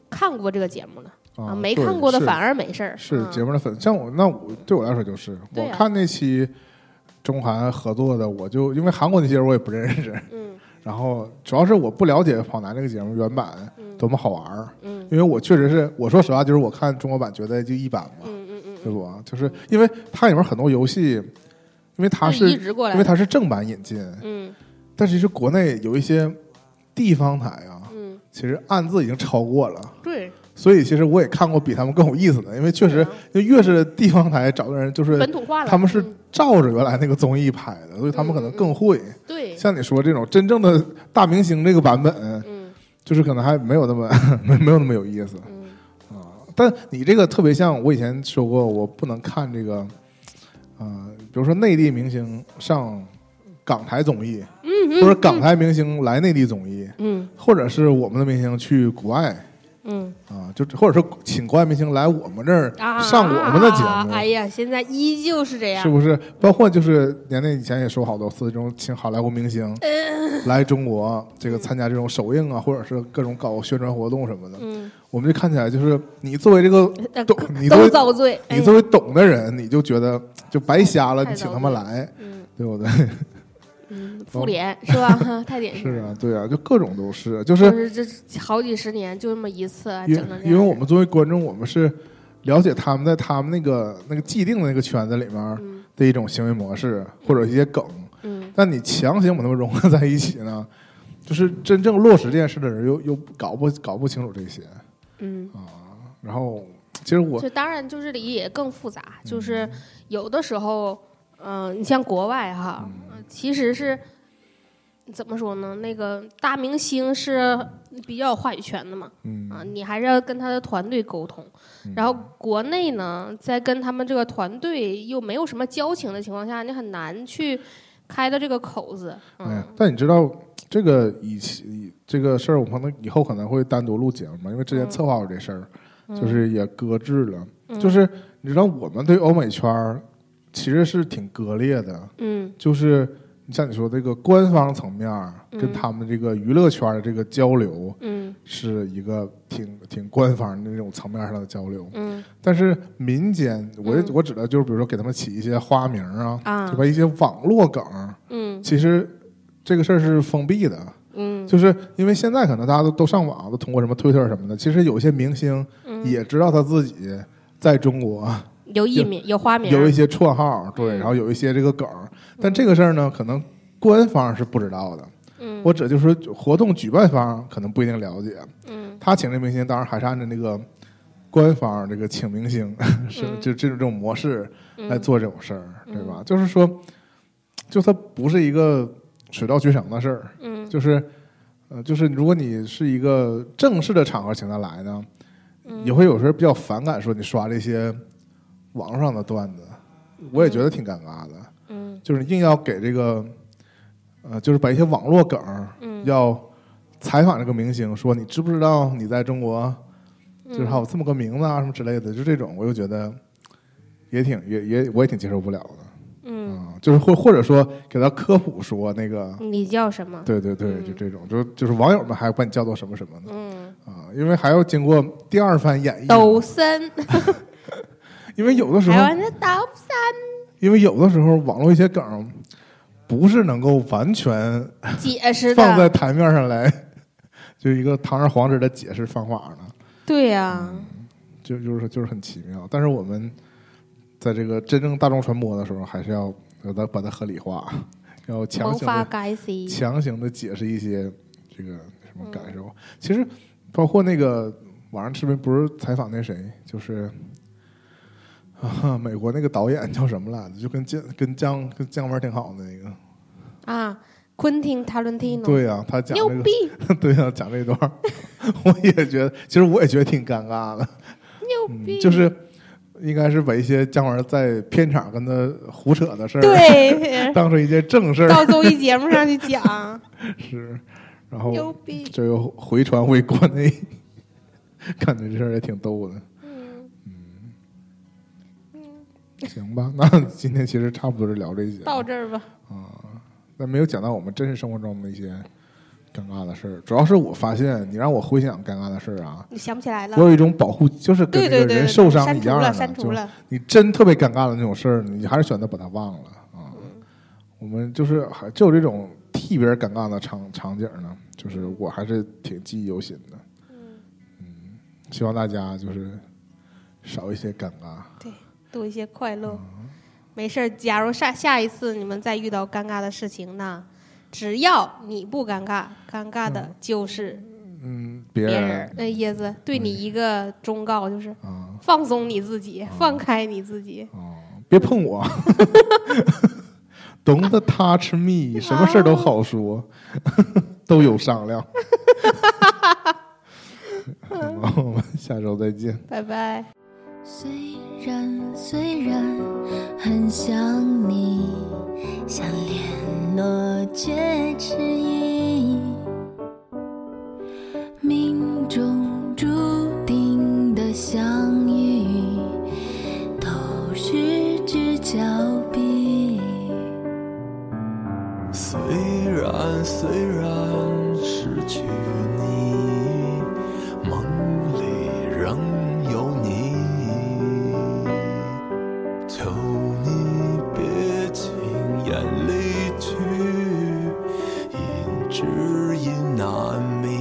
看过这个节目的啊， 啊，没看过的反而没事儿。 是嗯、 节目的粉，像我那我对我来说就是，我看那期中韩合作的，我就因为韩国那些人我也不认识， 嗯， 然后主要是我不了解跑男这个节目原版多么好玩， 嗯， 因为我确实是我说实话，就是我看中国版觉得就一般嘛， 嗯嗯嗯， 对不？就是因为它里面很多游戏，因为它是因为它是正版引进， 嗯， 但是其实国内有一些地方台啊， 嗯， 其实暗自已经超过了， 对。 所以其实我也看过比他们更有意思的，因为确实就越是地方台找的人就是本土化了， 他们是照着原来那个综艺拍的，所以他们可能更会。 嗯、对， 像你说这种真正的大明星这个版本， 嗯， 就是可能还没有那么没没有那么有意思， 嗯啊。但你这个特别像我以前说过，我不能看这个，呃，比如说内地明星上港台综艺， 嗯， 或者港台明星来内地综艺， 嗯， 或者是我们的明星去国外。 嗯啊，就或者说请国外明星来我们这儿啊上我们的节目， 啊，哎呀，现在依旧是这样， 是不是？包括就是年内以前也说好多次，这种请好莱坞明星、嗯、来中国这个参加这种首映啊，或者是各种搞宣传活动什么的， 嗯， 我们就看起来就是你作为这个懂， 呃、 你作为遭罪， 你作为懂的人，你就觉得就白瞎了，你请他们来， 嗯， 对不对？ 嗯，复联、哦、是吧？太典型是啊，对啊，就各种都是，就是就是这好几十年就这么一次，整成这样。 因为我们作为观众，我们是了解他们在他们那个那个既定的那个圈子里面的一种行为模式、嗯、或者一些梗， 嗯， 但你强行把他们融合在一起呢，就是真正落实这件事的人又又搞不搞不清楚这些， 嗯啊，然后其实我就当然就这里也更复杂，嗯、就是有的时候。嗯、呃，你像国外哈， 嗯、 其实是怎么说呢？那个大明星是比较有话语权的嘛， 嗯啊，你还是要跟他的团队沟通。 嗯、 然后国内呢，在跟他们这个团队又没有什么交情的情况下，你很难去开的这个口子。嗯、 哎，但你知道这个以以这个事儿，我们可能以后可能会单独录节目嘛，因为之前策划过这事儿， 嗯、 就是也搁置了。 嗯、 就是你知道，我们对欧美圈其实是挺割裂的， 嗯， 就是像你说这个官方层面跟他们这个娱乐圈的这个交流， 嗯， 是一个挺挺官方的那种层面上的交流， 嗯， 但是民间，我、 嗯、 我指的就是比如说给他们起一些花名啊， 啊， 对吧？一些网络梗， 嗯， 其实这个事儿是封闭的， 嗯， 就是因为现在可能大家都都上网，都通过什么推特什么的，其实有些明星也知道他自己在中国。 有艺名，有花名， 有一些绰号，对，然后有一些这个梗，但这个事儿呢，可能官方是不知道的。 嗯， 或者就是说活动举办方可能不一定了解。 嗯， 他请这明星，当然还是按照那个官方这个请明星，嗯、是就这种这种模式来做这种事儿， 嗯、 对吧？就是说，就它不是一个水到渠成的事儿。 嗯， 就是呃，就是如果你是一个正式的场合请他来呢， 嗯、 也会有时候比较反感，说你刷这些。网上的段子，我也觉得挺尴尬的。 嗯， 就是硬要给这个，呃，就是把一些网络梗， 嗯， 要采访这个明星，说你知不知道你在中国， 嗯、 就是还有这么个名字啊什么之类的，就这种，我又觉得也挺也也我也挺接受不了的。 嗯， 啊、就是或或者说给他科普说那个你叫什么？ 对对对， 嗯、 就这种，就就是网友们还把你叫做什么什么的。 嗯， 啊，因为还要经过第二番演绎。 抖森。 因为有的时候， 台湾的抖森， 因为有的时候网络一些梗不是能够完全解释放在台面上来，就一个堂而皇之的解释方法呢。 对呀、啊嗯，就就是就是很奇妙。但是我们在这个真正大众传播的时候，还是要把它把它合理化，要强行的强行的解释一些这个什么感受。嗯、其实包括那个网上视频，不是采访那谁，就是。啊，美国那个导演叫什么来着？就跟姜跟姜跟姜文挺好的那个啊，昆汀塔伦蒂诺。 对呀、啊，他讲、这个、 牛逼。 对呀、啊，讲这段，我也觉得，其实我也觉得挺尴尬的。 牛逼、 嗯，就是应该是把一些姜文在片场跟他胡扯的事儿， 对， 当成一件正事儿， 到综艺节目上去讲。 是，然后牛逼， 这又回传回国内，感觉这事儿也挺逗的。行吧，那今天其实差不多是聊这些， 到这儿吧。 啊，但没有讲到我们真实生活中的一些尴尬的事儿，主要是我发现你让我回想尴尬的事儿啊， 你想不起来了。 我有一种保护，就是跟那个人受伤一样的， 删除了， 你真特别尴尬的那种事儿，你还是选择把它忘了啊。嗯、我们就是还就有这种替别人尴尬的场场景呢，就是我还是挺记忆犹新的。嗯嗯，希望大家就是少一些尴尬， 对，多一些快乐。嗯、没事，假如下下一次你们再遇到尴尬的事情呢？只要你不尴尬，尴尬的就是嗯别人。 那椰子对你一个忠告就是，嗯、放松你自己，嗯、放开你自己。 哦，别碰我。Don't touch me， 什么事都好说，都有商量。好，我们下周再见， 拜拜。 虽然虽然很想你，想联络却迟疑，命中注定的相遇都失之交臂。 虽然虽然失去你，梦里仍有你，求你别轻言离去，因知音难觅。